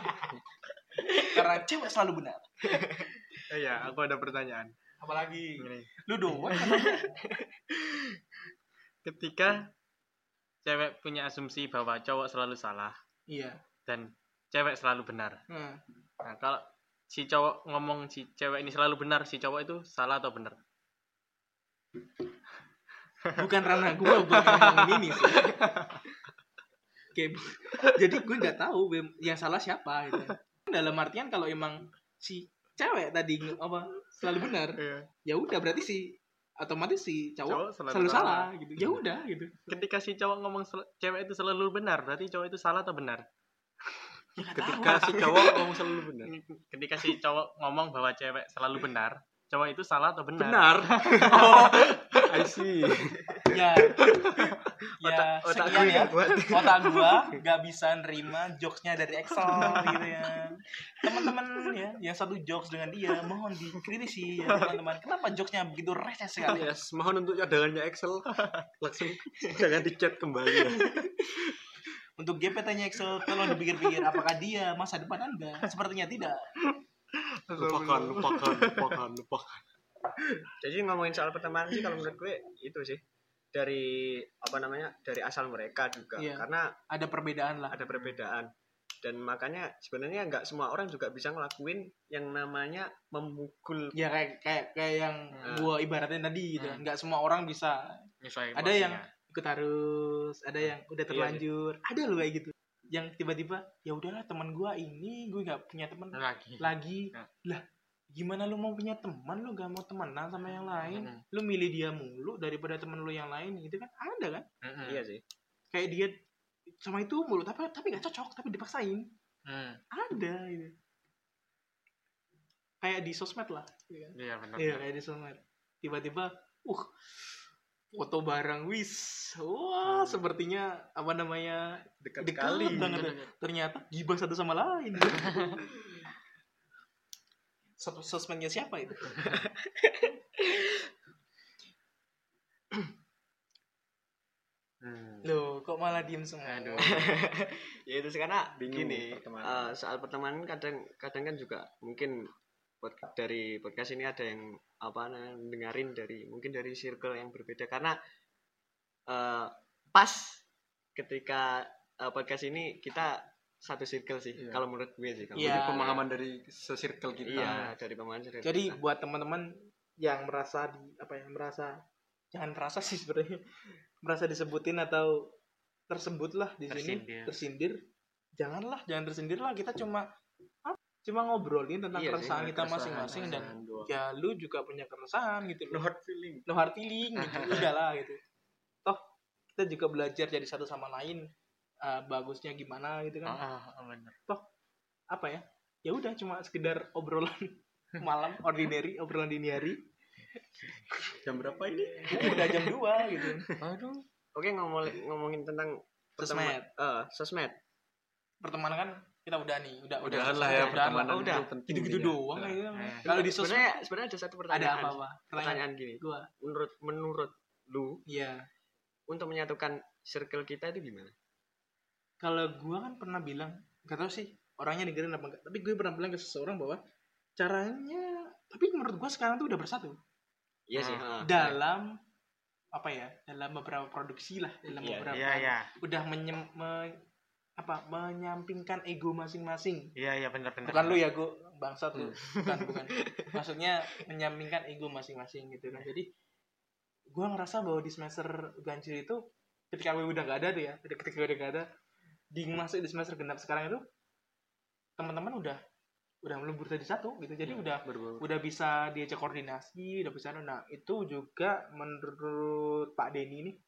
Karena cewek selalu benar. Iya, aku ada pertanyaan. Apalagi Gini. lu doang. Ketika cewek punya asumsi bahwa cowok selalu salah Iya. dan cewek selalu benar. Nah, Nah, kalau si cowok ngomong si cewek ini selalu benar, si cowok itu salah atau benar? bukan ranah gue buat ngomongin ini sih. Kayak, bu- jadi gue nggak tahu Bem, yang salah siapa gitu. Dalam artian kalau emang si cewek tadi nge- apa selalu benar, ya udah berarti si otomatis si cowok, Cowok selalu selalu, salah. salah gitu. Ya udah gitu. Ketika si cowok ngomong sel- cewek itu selalu benar, berarti cowok itu salah atau benar? Ya, nggak Ketika tahu. si cowok ngomong selalu benar. Ketika si cowok ngomong bahwa cewek selalu benar, cowok itu salah atau benar? Benar. Oh, I see. ya, ya Otak- otak sekian gue ya. nggak kuat. Otak gua nggak bisa nerima jokesnya dari Excel gitu ya. Teman-teman ya, yang satu jokes dengan dia mohon dikritisi ya teman-teman. Kenapa jokesnya begitu receh sekali? Yes, mohon untuk cadangannya Excel langsung jangan dicat kembali ya. Untuk G P T-nya Excel tolong dipikir-pikir apakah dia masa depan Anda? Sepertinya tidak. Lupakan, lupakan, lupakan, lupakan. Jadi ngomongin soal pertemanan sih kalau menurut gue itu sih dari apa namanya dari asal mereka juga Iya. karena Ada perbedaan lah. ada perbedaan dan makanya sebenarnya nggak semua orang juga bisa ngelakuin yang namanya memukul. Ya kayak kayak kayak yang Hmm. gua ibaratin tadi gitu. Hmm. Nggak semua orang bisa. Nyesuaiin Ada yang porsinya. ikut harus, ada yang udah Iya, terlanjur. Ada loh kayak gitu. Yang tiba-tiba ya udahlah teman gua ini gue nggak punya teman lagi. lagi. Ya. Lah gimana lu mau punya teman lu gak mau temenan sama yang lain? Mm-mm. Lu milih dia mulu daripada temen lu yang lain gitu kan? Ada kan? Mm-mm. Iya sih. Kayak dia sama itu mulu tapi tapi gak cocok tapi dipaksain. Hmm. Ada gitu. Kayak di sosmed lah gitu kan? Iya benar. Iya kayak di sosmed tiba-tiba uh foto bareng wis wah sepertinya apa namanya Dekat dekat sekali. banget ternyata gibah satu sama lain. Sos- sosmednya siapa itu? Hmm. Loh kok malah diem semua? Aduh. Ya itu sih karena Bingung gini pertemanan. eh, soal pertemanan kadang kadang kan juga mungkin pod- dari podcast ini ada yang apa namanya dengerin dari mungkin dari circle yang berbeda karena eh, pas ketika eh, podcast ini kita satu circle sih. Iya. Kalau menurut gue sih. Kalau Iya. Jadi pemahaman dari se-circle kita. Iya, dari pemahaman circle Jadi kita. buat teman-teman yang merasa di apa ya merasa jangan merasa sih sebenarnya merasa disebutin atau tersebut lah di sini Tersindir. tersindir, janganlah jangan tersindir lah, kita cuma apa, cuma ngobrolin tentang Iya sih, keresahan kita keresahan, masing-masing dan keresahan doang. ya lu juga punya keresahan gitu No loh, hard feeling. no hard feeling gitu udahlah gitu, toh kita juga belajar jadi satu sama lain, uh, bagusnya gimana gitu kan, Ah, ah, bener. apa ya ya udah cuma sekedar obrolan malam ordinary, obrolan dini hari. Jam berapa ini? Udah jam dua gitu. Aduh. Oke, ngomongin ngomongin tentang Sosmed. pertema- eh, sosmed. Pertemanan kan kita udah nih, udah Udahan lah ya udahan lah. pertemanan Oh, udah. itu penting. Gitu-gitu ya. doang Nah, kayaknya. Eh. Kalau di sosmed Sebenarnya sebenarnya ada satu ada pertanyaan. apa-apa? Pertanyaan Pertanyaan gini. gua. Menurut menurut lu Iya. untuk menyatukan circle kita itu gimana? Kalau gua kan pernah bilang, enggak tahu sih orangnya dengerin apa enggak, tapi gue pernah bilang ke seseorang bahwa caranya, tapi menurut gua sekarang tuh udah bersatu Iya sih. Hmm. ha. dalam apa ya? Dalam beberapa produksi lah, dalam Iya, beberapa Iya, iya. udah menyem, me- apa menyampingkan ego masing-masing. Iya, iya bener-bener. Bukan lu ya, gue bangsat lu. Bukan, bukan. Maksudnya menyampingkan ego masing-masing gitu kan. Jadi gue ngerasa bahwa di semester ganjil itu ketika gue udah gak ada tuh ya, ketika gue udah gak ada, di masuk di semester genap sekarang itu teman-teman udah udah melebur jadi satu gitu. Jadi udah Berbau. udah bisa diajak koordinasi, udah bisa. Nah itu juga menurut Pak Denny ini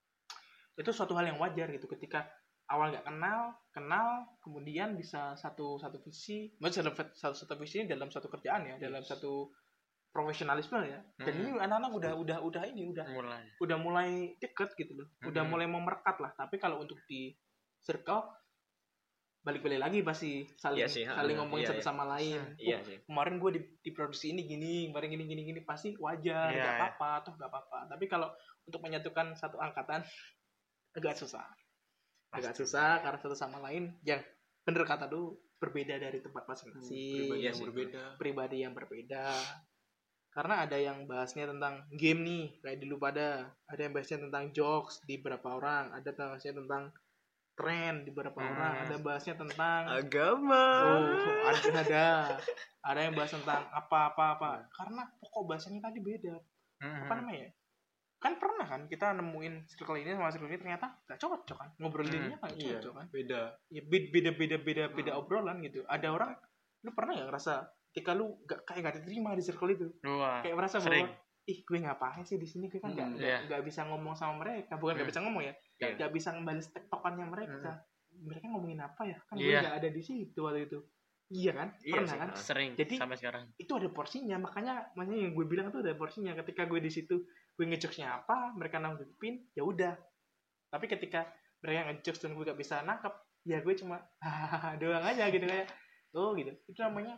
itu suatu hal yang wajar gitu, ketika awal nggak kenal kenal kemudian bisa satu satu visi, maksudnya satu satu visi ini dalam satu kerjaan ya, dalam satu profesionalisme ya. Dan Hmm. ini anak-anak udah udah udah ini udah mulai. udah mulai deket gitu loh, udah Hmm. mulai memerekat lah. Tapi kalau untuk di circle balik-balik lagi pasti saling Iya sih, ha. saling ngomongin Iya, satu iya. sama lain. Iya Oh, sih. kemarin gue di, di produksi ini gini, kemarin gini gini gini, pasti wajar, Iya, nggak iya. apa-apa, toh nggak apa-apa. Tapi kalau untuk menyatukan satu angkatan agak susah, agak Pasti. susah karena satu sama lain yang bener kata lu berbeda dari tempat masing-masing, Pribadi Iya yang sih. berbeda. pribadi yang berbeda. Karena ada yang bahasnya tentang game nih, kayak di lu pada, ada yang bahasnya tentang jokes di beberapa orang, ada yang bahasnya tentang tren di beberapa Hmm. orang, ada bahasnya tentang Agama. oh, ada ada ada yang bahas tentang apa-apa apa. Karena pokok bahasanya tadi beda. Hmm. Apa namanya ya? Kan pernah kan kita nemuin circle ini sama circle ini ternyata gak cocok kan, ngobrolinnya kan Iya, cocok kan. beda. Ya beda beda beda beda, beda Hmm. obrolan gitu. Ada orang, lu pernah gak ngerasa ketika lu gak kayak gak diterima di circle itu, Wah, kayak merasa sering. bahwa ih gue ngapain sih di sini, gue kan nggak Hmm, nggak iya. nggak bisa ngomong sama mereka, bukan nggak Hmm. bisa ngomong ya, Iya. nggak bisa ngebales tektokannya mereka. Mereka ngomongin apa ya, kan gue Iya. nggak ada di situ waktu itu. Iya kan, Iya pernah sih, kan. ha. Sering Jadi- sampai sekarang. Itu ada porsinya, makanya makanya yang gue bilang tuh ada porsinya. Ketika gue di situ, gue ngejokesnya apa, mereka nanggepin, ya udah. Tapi ketika mereka ngejokes dan gue gak bisa nangkep, ya gue cuma hahaha doang aja gitu, kayak oh gitu. Itu namanya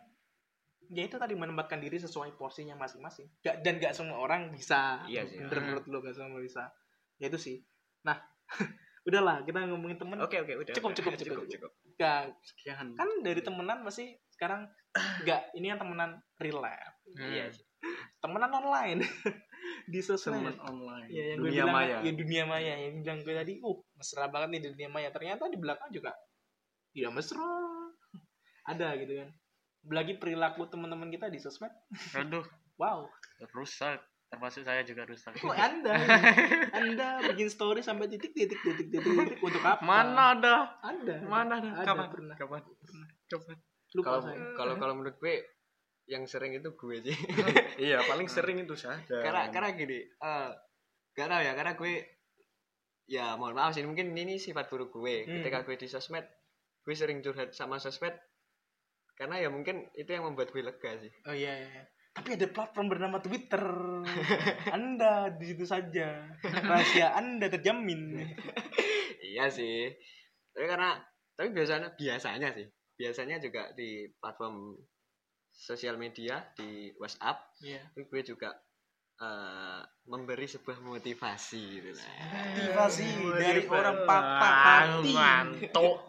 ya itu tadi, menempatkan diri sesuai porsinya masing-masing. Gak, dan gak semua orang bisa. Iya sih. Bener menurut lo, gak semua orang bisa. Ya itu sih. Nah, udahlah kita ngomongin temen. Oke oke udah. Cukup, udah. cukup, cukup cukup. cukup. Gak, Sekian. kan dari temenan pasti sekarang gak, ini yang temenan real life, Hmm. Iya sih. temenan online di sosmed. Teman online. Ya, yang gue Dunia bilang, maya. ya dunia maya yang bilang gue tadi, uh mesra banget nih di dunia maya. Ternyata di belakang juga tidak mesra. Ada gitu kan. Belagi perilaku teman-teman kita di sosmed. Aduh, Wow. rusak. Termasuk saya juga rusak. Kok Anda? Anda bikin story sampai titik titik titik titik titik untuk apa? Mana ada? Ada. Mana ada? Ada, Kapan? pernah. Kapan? Kapan? Lupa Kalau saya. kalau kalau menurut gue yang sering itu gue sih. Iya, paling sering itu saja. karena karena gini, eh gak tau ya, karena gue ya mohon maaf sih, mungkin ini sifat buruk gue. Hmm. Ketika gue di sosmed, gue sering curhat sama sosmed karena ya mungkin itu yang membuat gue lega sih. Oh iya, iya. Tapi ada platform bernama Twitter. Anda di situ saja. Rahasia Anda terjamin. Iya sih. Tapi karena tapi biasanya biasanya sih, biasanya juga di platform sosial media, di WhatsApp, Iya. itu gue juga eh, memberi sebuah motivasi gitu lah. Motivasi dari orang patah Ah, hati. Mantuk.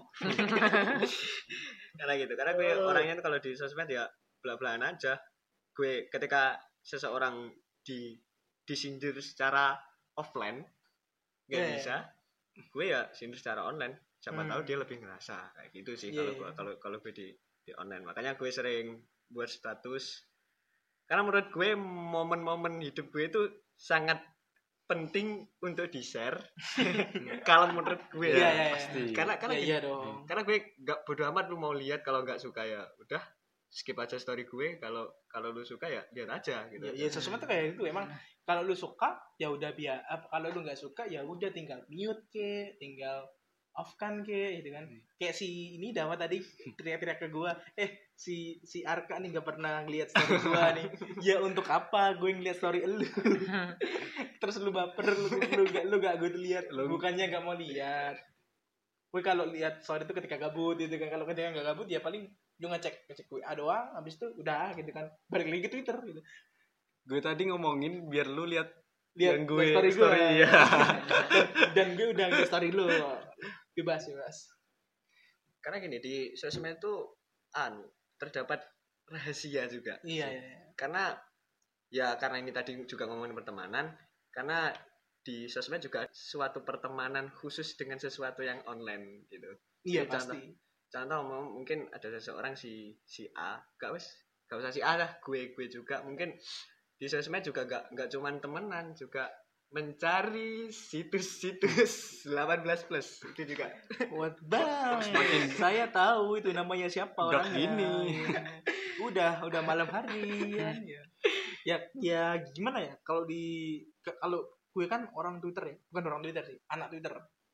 Karena gitu, karena gue orangnya tuh kalau di sosmed ya belak-belakan aja. Gue ketika seseorang di disindir secara offline nggak Iya. bisa, gue ya sindir secara online. siapa Hmm. tahu dia lebih ngerasa kayak gitu sih Iya, kalau iya. gua kalau kalau gue di di online. Makanya gue sering buat status karena menurut gue momen-momen hidup gue itu sangat penting untuk di share kalau menurut gue. Iya, ya. iya, iya. pasti. karena karena Iya, gini, iya dong. karena gue nggak bodo amat lu mau lihat, kalau nggak suka ya udah skip aja story gue, kalau kalau lu suka ya lihat aja gitu. Ya, ya sosmed tuh kayak gitu emang. Kalau lu suka ya udah biar apa, kalau lu nggak suka ya udah tinggal mute ke, tinggal off kan ke gitu kan. Kayak si ini Dawa tadi teriak-teriak ke gua, eh si si Arka nih nggak pernah ngeliat story gua nih. Ya untuk apa gue ngeliat story elu? Terus lu baper, lu lu gak lu gak gue lihat, bukannya nggak mau lihat. Gue kalau lihat story itu ketika gabut gitu kan. Kalau ketika nggak gabut ya paling lu ngecek ngecek W A doang, habis itu udah gitu kan. Balik lagi ke Twitter gitu. Gue tadi ngomongin biar lu lihat Lihat yang gue story gue. ya. Dan gue udah nge story lu. Bebas, bebas. Karena gini, di sosmed itu an terdapat rahasia juga. Iya, iya, iya. Karena ya karena ini tadi juga ngomongin pertemanan, karena di sosmed juga suatu pertemanan khusus dengan sesuatu yang online gitu. Iya, Jadi contoh- pasti. Contoh mau- mungkin ada seseorang si si A, gak wes, gak usah si A lah, gue gue juga mungkin di sosmed juga gak gak cuman temenan, juga mencari situs-situs delapan belas plus itu juga. What bang? Saya tahu itu namanya siapa Udah orangnya. gini. Udah, udah malam hari kan. Ya, ya, ya gimana ya? Kalau di ke- kalau gue kan orang Twitter ya, bukan orang Twitter sih, anak Twitter.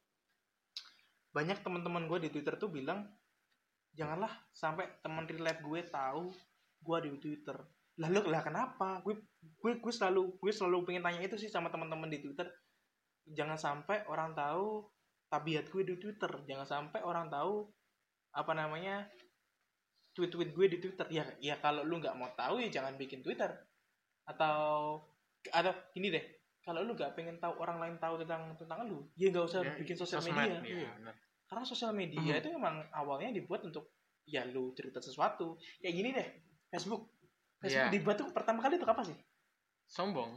Banyak teman-teman gue di Twitter tuh bilang, janganlah sampai teman real life gue tahu gue di Twitter. Lah lu lah kenapa? Gue gue gue selalu gue selalu pengen tanya itu sih sama teman-teman di Twitter. Jangan sampai orang tahu tabiat gue di Twitter. Jangan sampai orang tahu apa namanya tweet-tweet gue di Twitter. Ya ya kalau lu nggak mau tahu ya jangan bikin Twitter. Atau atau ini deh. Kalau lu nggak pengen tahu orang lain tahu tentang tentang lu, ya nggak usah Ya, bikin sosial sosmed, media. iya, Iya. benar. Karena sosial media itu emang awalnya dibuat untuk ya lu cerita sesuatu. Kayak gini deh, Facebook. Facebook Iya. dibuat tuh pertama kali itu kapan sih? Sombong.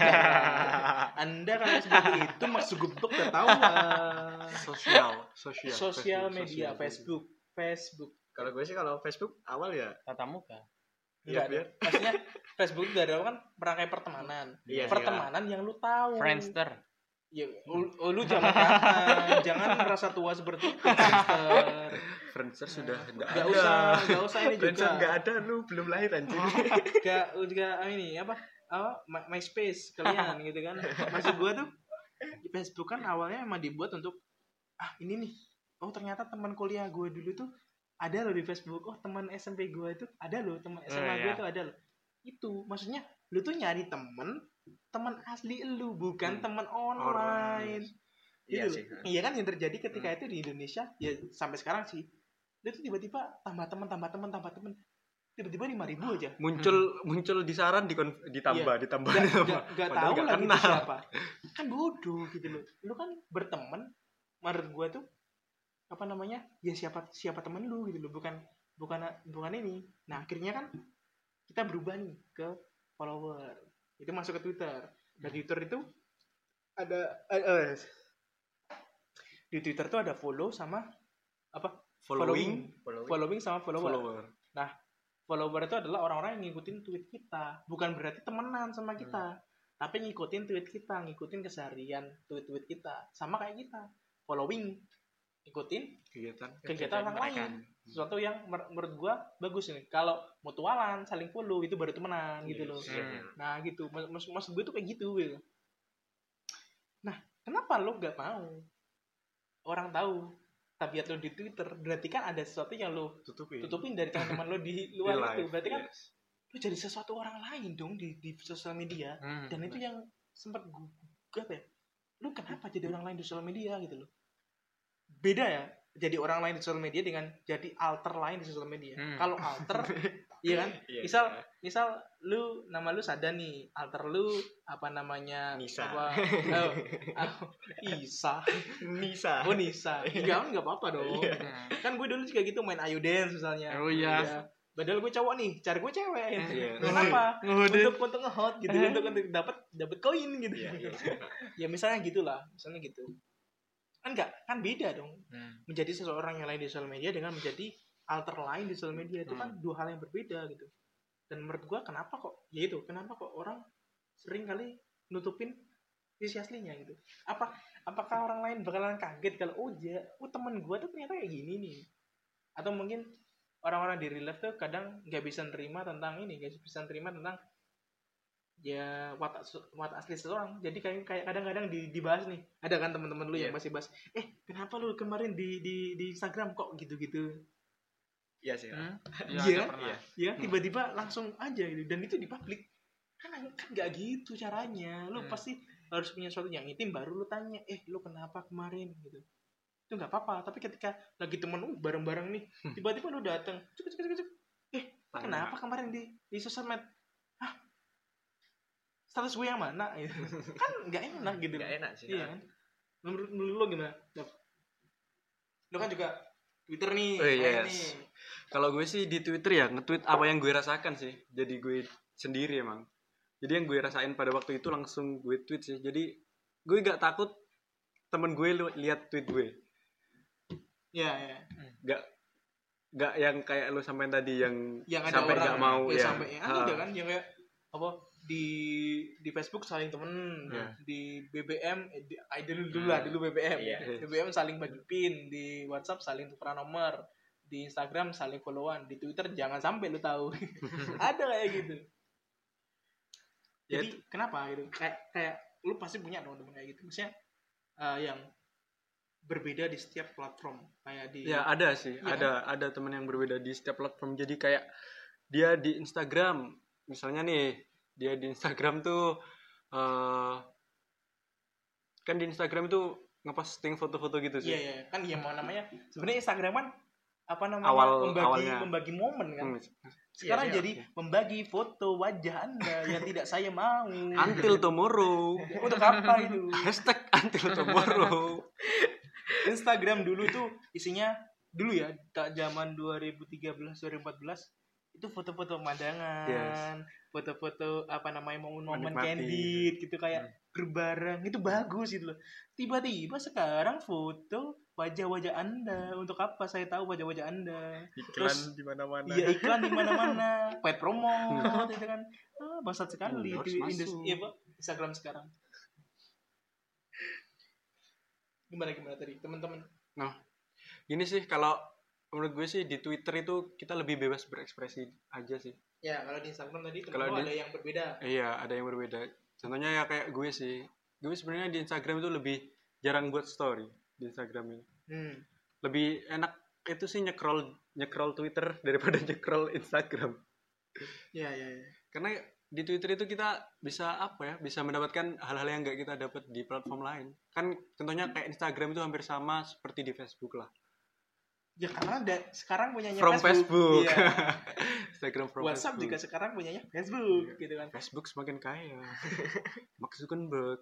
Anda kan Facebook itu masuk gebuk ketahuan. Sosial, sosial. Sosial Facebook, media, sosial. Facebook, Facebook. Kalau gue sih kalau Facebook awal ya Tatap muka. Enggak, biar- maksudnya Facebook dari awal kan perangkai pertemanan. Iya sih, Pertemanan yang lu tahu. Friendster. Ya, oh, oh, lu jangan kapan, jangan merasa tua seperti itu, Friendster. Friendster sudah enggak Gak ada. usah, gak usah ini Friendster juga. nggak ada, lu belum lahir anjing. Gak juga ini apa? Apa My- MySpace kalian gitu kan. Maksud gua tuh Facebook kan awalnya emang dibuat untuk ah ini nih. Oh ternyata teman kuliah gue dulu tuh ada loh di Facebook. Oh teman S M P gue itu ada loh, teman S M A Oh, gue iya. tuh ada loh. Itu maksudnya lu tuh nyari temen teman asli lu bukan Hmm. teman online. Iya Gitu sih. loh. Iya kan yang terjadi ketika itu di Indonesia ya sampai sekarang sih. Dia tuh tiba-tiba tambah teman, tambah teman, tambah teman. Tiba-tiba lima ribu aja. Muncul muncul di saran di ditambah, ditambah, Gak, ditambah. gak, gak Padahal tahu nggak lagi itu kenal. siapa. Kan bodoh gitu loh. Lu kan berteman, menurut gua tuh apa namanya? Ya siapa siapa temen lu gitu loh, bukan bukan bukan ini. Nah, akhirnya kan kita berubah nih ke follower. Itu masuk ke Twitter. Di Twitter itu ada eh, eh, di Twitter tuh ada follow sama apa? Following, Following. Following sama follower. follower. Follower itu adalah orang-orang yang ngikutin tweet kita, bukan berarti temenan sama kita, tapi ngikutin tweet kita, ngikutin keseharian tweet-tweet kita, sama kayak kita. Following, ikutin Kegiatan. kegiatan orang mereka. lain, sesuatu yang mer- menurut gua bagus nih. Kalau mutualan, saling follow itu baru temenan gitu loh. Hmm. Nah gitu, Mas- maksud maksud gue tuh kayak gitu gitu. Nah, kenapa lo gak mau orang tahu tabiat lo di Twitter? Berarti kan ada sesuatu yang lo Tutupin. tutupin dari teman-teman lo di Di luar itu. live, Berarti kan yes. lo jadi sesuatu orang lain dong di di sosial media. Hmm. Dan itu yang sempat gue apa ya? Lu kenapa jadi orang lain di sosial media gitu loh? Beda ya, jadi orang lain di sosial media dengan jadi alter lain di sosial media. Hmm. Kalau alter, iya kan? Iya, Misal, iya. misal lu nama lu Sada nih, alter lu apa namanya? Nisa. Apa? Oh, oh, Isa. Nisa. Oh Nisa. Enggak, enggak apa-apa dong. Hmm. Kan gue dulu juga gitu main Ayu Dance misalnya. Oh iya. Padahal gue cowok nih, cari gue cewek. Iya. Kenapa? Ngehoodin. Untuk untuk nge-hot gitu, untuk untuk dapat dapat koin gitu. Iya, iya. Ya misalnya gitulah, misalnya gitu. kan enggak, kan beda dong. Hmm. Menjadi seseorang yang lain di sosial media dengan menjadi alter lain di sosial media itu kan Hmm. dua hal yang berbeda gitu. Dan menurut gua kenapa kok ya itu kenapa kok orang sering kali nutupin sisi aslinya gitu. Apa apakah orang lain bakalan kaget kalau oh ya, oh teman gua tuh ternyata kayak gini nih. Atau mungkin orang-orang di real life tuh kadang nggak bisa nerima tentang ini, nggak bisa nerima tentang ya watak watak asli seseorang. Jadi kayak kayak kadang-kadang di, dibahas nih, ada kan teman-teman lu yang Iya. masih bahas, eh kenapa lu kemarin di di di Instagram kok gitu-gitu. Iya sih. Hmm? Iya Iya, kan? pernah. Iya. Ya tiba-tiba langsung aja gitu, dan itu di publik kan kan nggak gitu caranya. Lu Hmm. pasti harus punya sesuatu yang intim baru lu tanya, eh lu kenapa kemarin gitu. Itu nggak apa-apa. Tapi ketika lagi temen uh, bareng-bareng nih, tiba-tiba lu datang, cuk cuk cuk cuk, eh kenapa kemarin di di sosmed? Hah, status gue yang mana? Gitu. Kan nggak enak gitu. Nggak enak sih. Iya kan? Menurut, menurut lu gimana? Dap? Lu kan juga Twitter nih, Oh, main yes. nih. Kalau gue sih di Twitter ya nge-tweet apa yang gue rasakan sih. Jadi gue sendiri emang. Jadi yang gue rasain pada waktu itu langsung gue tweet sih. Jadi gue gak takut temen gue lu lihat tweet gue. Iya, iya. Gak gak yang kayak lu sampein tadi yang, Yang ada sampai orang gak mau ya, ya. sampai ya, Ha. ada kan yang kayak apa di di Facebook saling temen, Ya. di B B M eh, di, ah, dulu dulu lah dulu B B M, Iya. B B M saling bagi pin, di WhatsApp saling tukeran nomor, di Instagram saling followan, di Twitter jangan sampai lu tahu. Ada kayak gitu. Ya, Jadi kenapa gitu? Kayak kayak lu pasti punya dong temen kayak gitu. Maksudnya eh, yang berbeda di setiap platform kayak di Ya ada sih, Iya ada ada teman yang berbeda di setiap platform. Jadi kayak dia di Instagram, misalnya nih, dia di Instagram tuh eh kan di Instagram itu ngeposting foto-foto gitu sih. Iya iya kan yang mau namanya sebenarnya Instagram kan apa namanya Awal- membagi awalnya. membagi momen kan. Hmm, Sekarang Iya, iya, jadi membagi foto wajah Anda yang tidak saya mau. Until tomorrow. Untuk apa itu? Hashtag until tomorrow. Instagram dulu tuh isinya dulu ya, tak zaman dua ribu tiga belas dua ribu empat belas itu foto-foto pemandangan, foto-foto apa namanya momen-momen Menikmati. candid gitu kayak berbareng itu bagus gitu loh. Tiba-tiba sekarang foto wajah-wajah Anda. Untuk apa saya tahu wajah-wajah Anda? Terus- di mana-mana. Iya iklan di mana-mana, paid promo, gitu kan. Ah, bangsat sekali Hmm, harus di masuk. industri iya, Pak, Instagram sekarang. Gimana gimana tadi teman-teman? Gini sih, kalau menurut gue sih di Twitter itu kita lebih bebas berekspresi aja sih. Ya kalau di Instagram tadi Kalau teman di- ada yang berbeda. Iya, ada yang berbeda. Contohnya ya kayak gue sih. Gue sebenarnya di Instagram itu lebih jarang buat story di Instagram ini. Hmm. Lebih enak itu sih nyekrol nyekrol Twitter daripada nyekrol Instagram. Ya ya ya. Karena di Twitter itu kita bisa apa ya? Bisa mendapatkan hal-hal yang nggak kita dapat di platform lain. Kan contohnya kayak Instagram itu hampir sama seperti di Facebook lah. Ya karena ada sekarang punyanya From Facebook. Iya. Instagram from WhatsApp Facebook. juga sekarang punyanya Facebook gitu kan. Facebook semakin kaya. Mark Zuckerberg.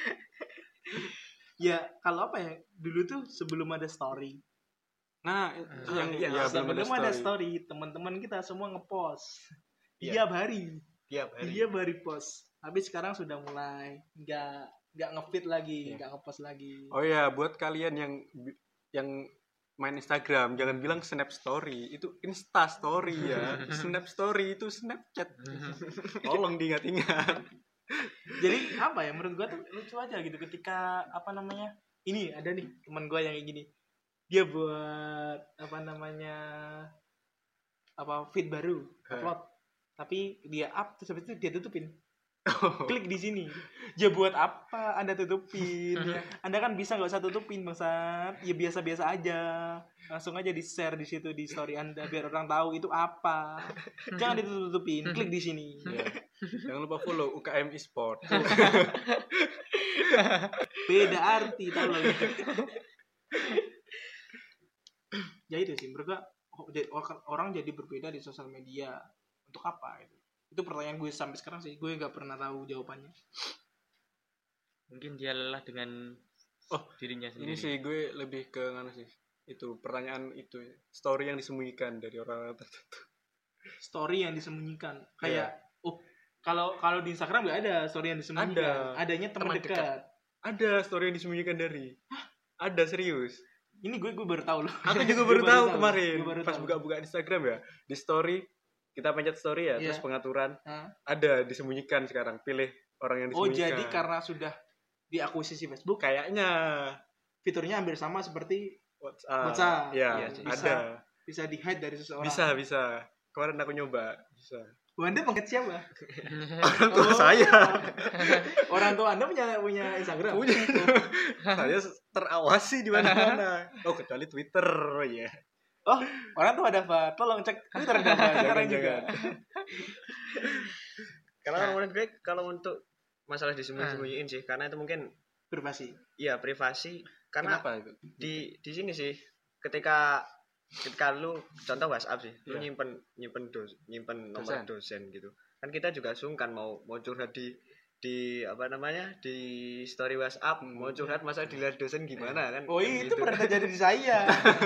Ya kalau apa ya? Dulu tuh sebelum ada story. Nah, itu Hmm. yang Iya, ya, belum sebelum ada ada story. story, teman-teman kita semua ngepost. Iya. Tiap hari. Tiap hari. Dia baru post. Tapi sekarang sudah mulai nggak nggak ngefit lagi, Iya. nggak ngepost lagi. Oh ya, buat kalian yang yang main Instagram, jangan bilang Snap Story, itu Insta Story ya. Snap Story itu Snapchat. Tolong diingat-ingat. Jadi apa ya? Menurut gua tuh lucu aja gitu ketika apa namanya? Ini ada nih teman gua yang kayak gini. Dia buat apa namanya? Apa feed baru, upload. Tapi dia up terus habis itu dia tutupin. Klik di sini. Ya buat apa Anda tutupin? Ya. Anda kan bisa nggak usah tutupin bangsat. Ya biasa-biasa aja. Langsung aja di-share di situ di story Anda biar orang tahu itu apa. Jangan ditutup-tutupin. Klik di sini. Ya. Jangan lupa follow U K M Esport. Beda arti tahu loh. Ya itu sih menurut gua oh, jadi orang, orang jadi berbeda di sosial media. Untuk apa itu? Itu pertanyaan gue sampai sekarang sih. Gue nggak pernah tahu jawabannya. Mungkin dia lelah dengan Oh, dirinya sendiri. Ini sih gue lebih ke mana sih? Itu pertanyaan itu story yang disembunyikan dari orang tertentu. Story yang disembunyikan. Kayak oh kalau kalau di Instagram nggak ada story yang disembunyikan. Ada. Adanya teman Teman dekat. Ada story yang disembunyikan dari. Ada serius. Ini gue gue baru tahu loh. Aku juga Gue baru tahu kemarin Gue baru pas tahu. buka-buka Instagram ya, di story kita pencet story ya, Iya. terus pengaturan Hah? ada disembunyikan sekarang, pilih orang yang Oh disembunyikan. jadi karena sudah diakuisisi Facebook, kayaknya fiturnya hampir sama seperti WhatsApp. WhatsApp. Ya, Iya, ada. bisa. bisa di hide dari seseorang. Bisa, bisa. Kemarin aku nyoba, bisa. Anda menghet siapa? Orang tua Oh. saya. Orang tua Anda punya punya Instagram? Punya. Saya terawasi di mana-mana. Oh, kecuali Twitter, ya. Oh, orang tua ada apa? Tolong cek Twitter ada apa sekarang juga. Kalau menurut gue, kalau untuk masalah disembunyi-sembunyiin sih, karena itu mungkin Privasi. iya privasi. Karena Kenapa itu? di di sini sih, ketika ketika lu contoh WhatsApp sih, lu Iya. nyimpen nyimpen dos, nyimpen nomor Dosen. dosen gitu. Kan kita juga sungkan mau mau curhat di di apa namanya di story WhatsApp, Hmm. mau curhat masa dilihat dosen gimana kan? Oh Kan itu gitu. pernah terjadi di saya.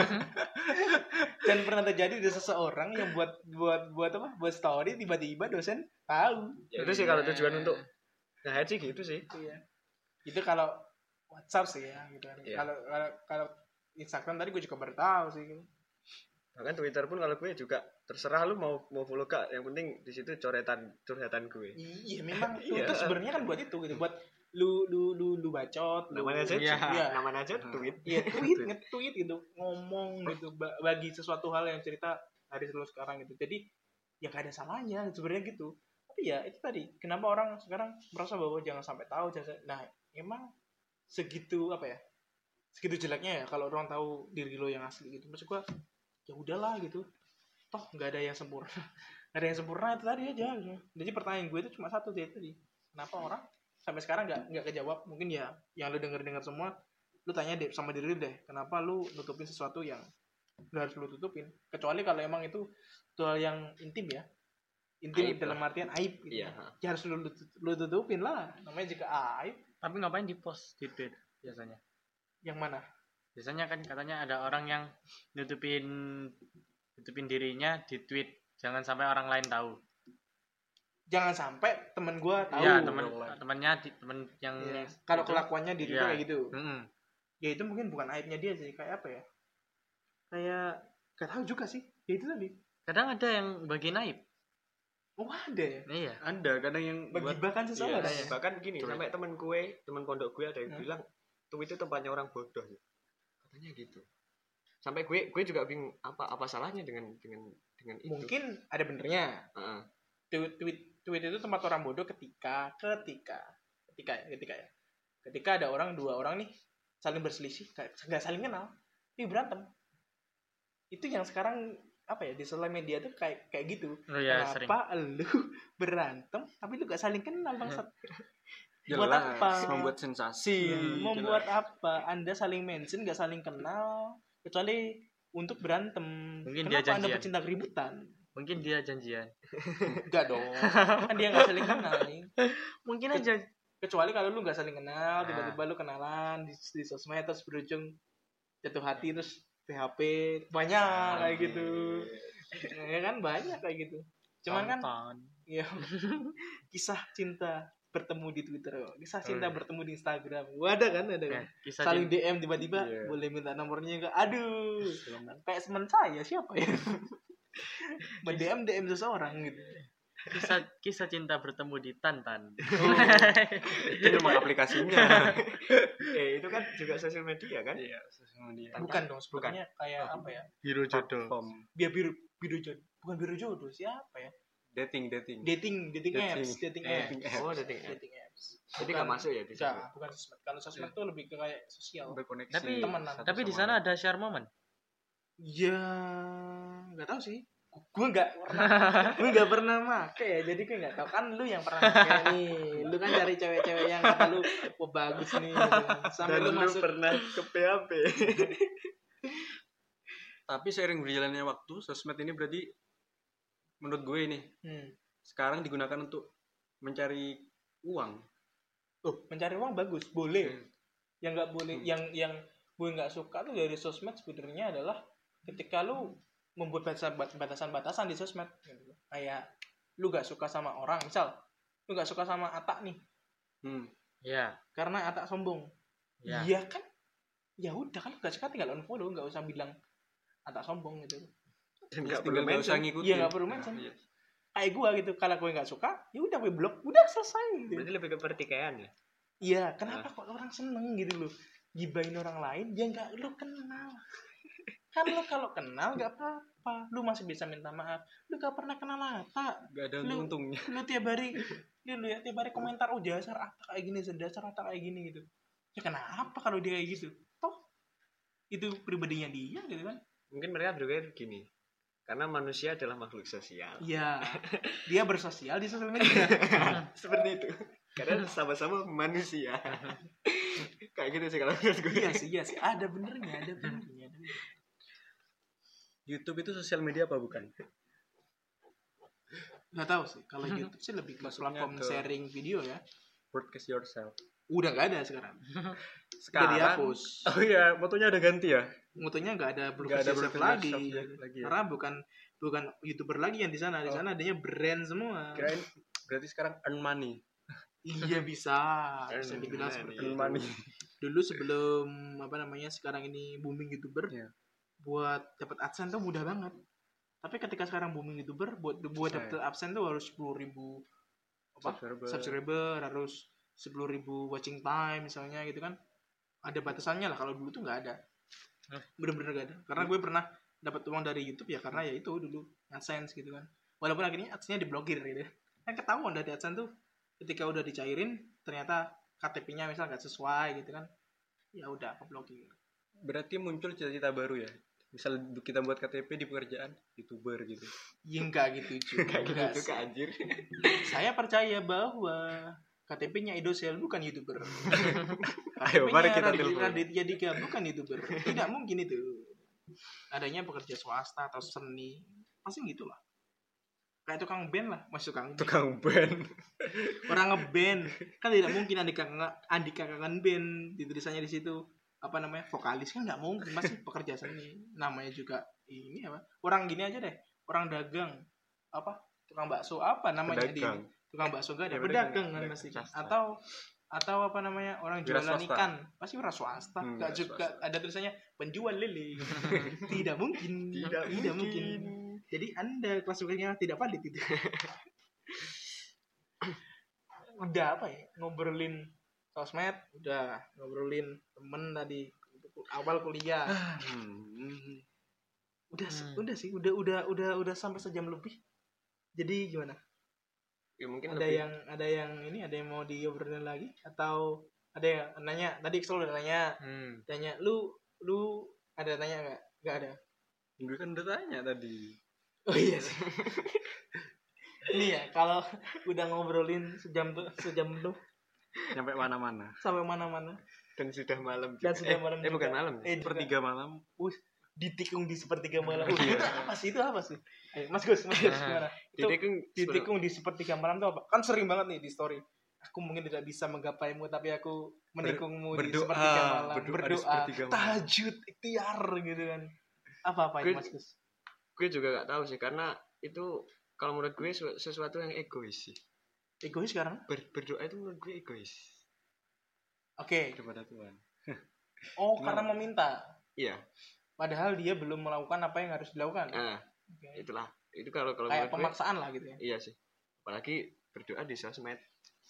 Dan pernah terjadi di seseorang yang buat buat buat apa? Buat story tiba-tiba dosen tahu. Ya, itu sih kalau tujuan untuk nge-hide sih gitu sih. Iya. Itu kalau WhatsApp sih ya gitu kan. Iya. Kalau kalau kalau Instagram tadi gue juga baru tahu sih. Bahkan Twitter pun kalau gue juga terserah lu mau mau follow gak, yang penting di situ coretan curhatan gue. Iya, memang itu, Iya. itu sebenarnya kan buat itu gitu, buat lu lu lu lu bacot, lu Namanya aja, Iya. Iya. namanya aja tweet. Iya, tweet, nge-tweet gitu, ngomong gitu, ba- bagi sesuatu hal yang cerita hari sebelum sekarang gitu. Jadi ya gak ada salahnya sebenarnya gitu. Tapi ya itu tadi, kenapa orang sekarang merasa bahwa jangan sampai tahu, jangan sampai- nah emang segitu apa ya? Segitu jeleknya ya kalau orang tahu diri lo yang asli gitu. Maksud gua ya udahlah gitu. Toh nggak ada yang sempurna. Nggak ada yang sempurna itu tadi aja gitu. Jadi pertanyaan gue itu cuma satu dia tadi. Kenapa orang sampai sekarang nggak nggak kejawab? Mungkin ya yang lu denger-dengar semua, lu tanya deh sama diri lu deh, kenapa lu nutupin sesuatu yang nggak harus lu tutupin? Kecuali kalau emang itu soal yang intim ya. Intim Aib dalam lah. artian aib gitu. Iya. Ya harus lu, lu tutupin lah. Namanya juga aib. Tapi ngapain di post di tweet biasanya? Yang mana? Biasanya kan katanya ada orang yang nutupin nutupin dirinya di tweet, jangan sampai orang lain tahu. Jangan sampai temen gue tahu. Iya, teman temannya di teman yang Iya. Kalau itu- kelakuannya diri Iya. lu kayak gitu. Mm-mm. Ya itu mungkin bukan aibnya dia sih, kayak apa ya, kayak gak tahu juga sih ya itu tadi. Kadang ada yang bagi naib. Oh ada ya, Iya. Ada kadang yang buat menggibahkan seseorang Iya, ya. bahkan gini, Tweet. sampai teman gue, teman pondok gue ada yang Hah? bilang tweet itu tempatnya orang bodoh. Katanya gitu. Sampai gue gue juga bingung apa apa salahnya dengan dengan dengan itu. Mungkin ada benernya. Heeh. Tweet, tweet, tweet itu tempat orang bodoh ketika ketika ketika ya ketika ya ketika ada orang dua orang nih saling berselisih, kayak nggak saling kenal tapi berantem. Itu yang sekarang apa ya di sosial media tuh kayak kayak gitu. Oh ya, sering. Kenapa lu berantem tapi lu gak saling kenal bangsat? Buat jelas apa? membuat sensasi. Hmm, membuat apa? Anda saling mention gak saling kenal kecuali untuk berantem. Mungkin dia Kenapa Anda janjian. pecinta keributan? Mungkin dia janjian. Enggak dong. Kan dia gak saling kenal nih. Mungkin aja. Kecuali kalau lu gak saling kenal, Nah. tiba-tiba lu kenalan di, di sosmed terus berujung jatuh hati terus P H P banyak kayak gitu. Ya kan banyak kayak gitu. Cuman kan Tonton. ya kisah cinta bertemu di Twitter, kisah cinta Oh, iya. bertemu di Instagram. Wah, ada kan, ada kan. Eh, kisah Saling cinta. D M tiba-tiba Iya. boleh minta nomornya enggak? Aduh, kayak teman saya siapa ya? D M D M seseorang gitu. kisah kisah cinta bertemu di Tantan. Itu memang aplikasinya. Eh itu kan juga sosial media kan? Iya, sosial media. Bukan dong, sebetulnya kayak apa ya? Biru jodoh. Platform Biar biru biru jodoh, bukan biru jodoh, siapa ya? dating dating. Dating, dating, Dating. apps, dating Eh, apps. oh dating apps. Dating apps. Jadi nggak masuk ya di situ. Enggak, bukan sosmed. Kalau sosmed tuh lebih ke kayak sosial. Berkoneksi. Tapi Temenan. satu tapi di sama sana lain. ada share moment. Ya, nggak tahu sih. Gue nggak pernah, gue nggak pernah make ya. Jadi gue nggak tahu kan lu yang pernah make nih. Lu kan cari cewek-cewek yang kata lu, wah bagus nih. Gitu kan. Sampai Dan lu lu masuk. pernah ke P H P. Tapi seiring berjalannya waktu, sosmed ini berarti menurut gue ini Hmm. sekarang digunakan untuk mencari uang. Oh, mencari uang bagus, boleh. Hmm. Yang nggak boleh, Hmm. yang yang gue nggak suka tuh dari sosmed sebenarnya adalah ketika lu membuat batasan- batasan-batasan di sosmed. Gitu. Kayak lu nggak suka sama orang, misal lu nggak suka sama Atak nih, Hmm. Ya, karena Atak sombong. ya. Iya kan? ya udah kan gak suka tinggal unfollow, nggak usah bilang antak sombong gitu. Dan Terus nggak perlu tinggal nggak usah mention. ngikutin. Iya nggak perlu mention. Nah, iya. Kayak gue gitu, kalau gue nggak suka ya udah gue blok, udah selesai gitu. Berarti lebih ke pertikaian ya. Iya, kenapa kok orang seneng gitu loh gibain orang lain yang nggak lo kenal. Kan lo kalau kenal nggak apa-apa, lu masih bisa minta maaf. Lu gak pernah kenal Atta, Gak ada Lu- untungnya. lu tiap hari lu lihat tiap hari komentar oh dasar Atta kayak gini, dasar Atta kayak gini gitu. Ya kenapa kalau dia kayak gitu? Toh itu pribadinya dia gitu kan. Mungkin mereka berpikir gini, karena manusia adalah makhluk sosial. Iya, dia bersosial di sosial media. Seperti itu. Karena sama-sama manusia. Kayak gitu sih kalau menurut gue. Iya sih, iya sih, ada benernya, ada benernya. Ada benernya. YouTube itu sosial media apa bukan? Nggak tahu sih, kalau YouTube sih lebih ke Maksudnya platform ke- sharing video ya. Broadcast yourself. Udah nggak ada sekarang. Udah Sekarang. dihapus. Oh iya, motonya ada ganti ya? Mutunya nggak ada Nggak broadcast ada yourself broadcast lagi. yourself lagi ya? Karena bukan bukan YouTuber lagi yang di sana. Di Oh. sana adanya brand semua. Kirain berarti sekarang earn money. Iya bisa. Bisa Earn dibilang money. seperti Earn itu. money. Dulu sebelum apa namanya sekarang ini booming YouTuber, Iya. buat dapat AdSense tuh mudah banget. Tapi ketika sekarang booming YouTuber, buat buat Saya. dapat AdSense tuh harus sepuluh ribu apa? Subscriber. Subscriber, harus sepuluh ribu watching time misalnya gitu kan. Ada batasannya lah, kalau dulu tuh nggak ada. Hah? Bener-bener nggak ada. Karena gue pernah dapat uang dari YouTube ya karena ya itu dulu AdSense gitu kan. Walaupun akhirnya AdSense-nya diblokir gitu. Kan ketahuan dari AdSense tuh ketika udah dicairin ternyata K T P-nya misal nggak sesuai gitu kan. Ya udah keblokir. Berarti muncul cita-cita baru ya? Misal kita buat K T P di pekerjaan YouTuber gitu. Ya enggak gitu juga. Kayak Enggak gitu sih. Kak anjir. Saya percaya bahwa K T P-nya Idosel bukan YouTuber. Ayo, mari kita Radit- telepon. Raditya Dika bukan YouTuber. Tidak mungkin itu. Adanya pekerja swasta atau seni. Pasti gitu lah. Kayak tukang band lah, masuk tukang band. Tukang band. Orang ngeband. Kan tidak mungkin Andika Andika kangen band di tulisannya di situ. Apa namanya? Vokalis kan nggak mungkin, masih pekerja seni. Namanya juga ini apa? Orang gini aja deh. Orang dagang. Apa? Tukang bakso apa namanya di Pedagang. tukang bakso gak ada Ya, pedagang pedagang, kan pedagang pasti swasta. atau atau apa namanya orang Wira jualan swasta. ikan pasti wira swasta Hmm, nggak wira juga swasta. ada tulisannya penjual lele tidak mungkin Tidak tidak mungkin. mungkin. Jadi anda klasifikasinya tidak valid itu. Udah apa ya ngobrolin sosmed, udah ngobrolin temen tadi awal kuliah, Hmm. udah Hmm. udah sih udah udah udah udah sampai sejam lebih. Jadi gimana? Ya mungkin Ada lebih yang ada yang ini ada yang mau diobrolin lagi atau ada yang nanya tadi Xol udah nanya Hmm. tanya lu lu ada nanya nggak nggak ada. Gue kan udah tanya tadi. Oh iya sih. Ini ya kalau udah ngobrolin sejam tuh sejam tuh Nyampe mana-mana. sampai mana-mana dan sudah malam dan juga. sudah eh, malam eh juga. bukan malam. eh juga. Sepertiga malam. Ditikung di sepertiga malam. Iya. Itu apa sih itu apa sih? Ayo, Mas Gus, Mas Gus gimana? Itu Ditikung ditikung di sepertiga malam tuh apa? Kan sering banget nih di story. Aku mungkin tidak bisa menggapaimu tapi aku menikungmu di berdoa, sepertiga malam. berdoa di Berdoa, sepertiga malam. tahajud, ikhtiar gitu kan. Apa-apa itu Gue- Mas Gus? gue juga gak tahu sih karena itu kalau menurut gue su- sesuatu yang egois sih. Egois sekarang? Ber- berdoa itu menurut gue egois. Oke. Kepada Tuhan. Oh, Gimana? karena meminta. Iya. Padahal dia belum melakukan apa yang harus dilakukan. Nah, Oke. itulah. Itu kalau kalau Kayak menurut gue, pemaksaan lah gitu ya. iya sih. Apalagi berdoa di sosmed.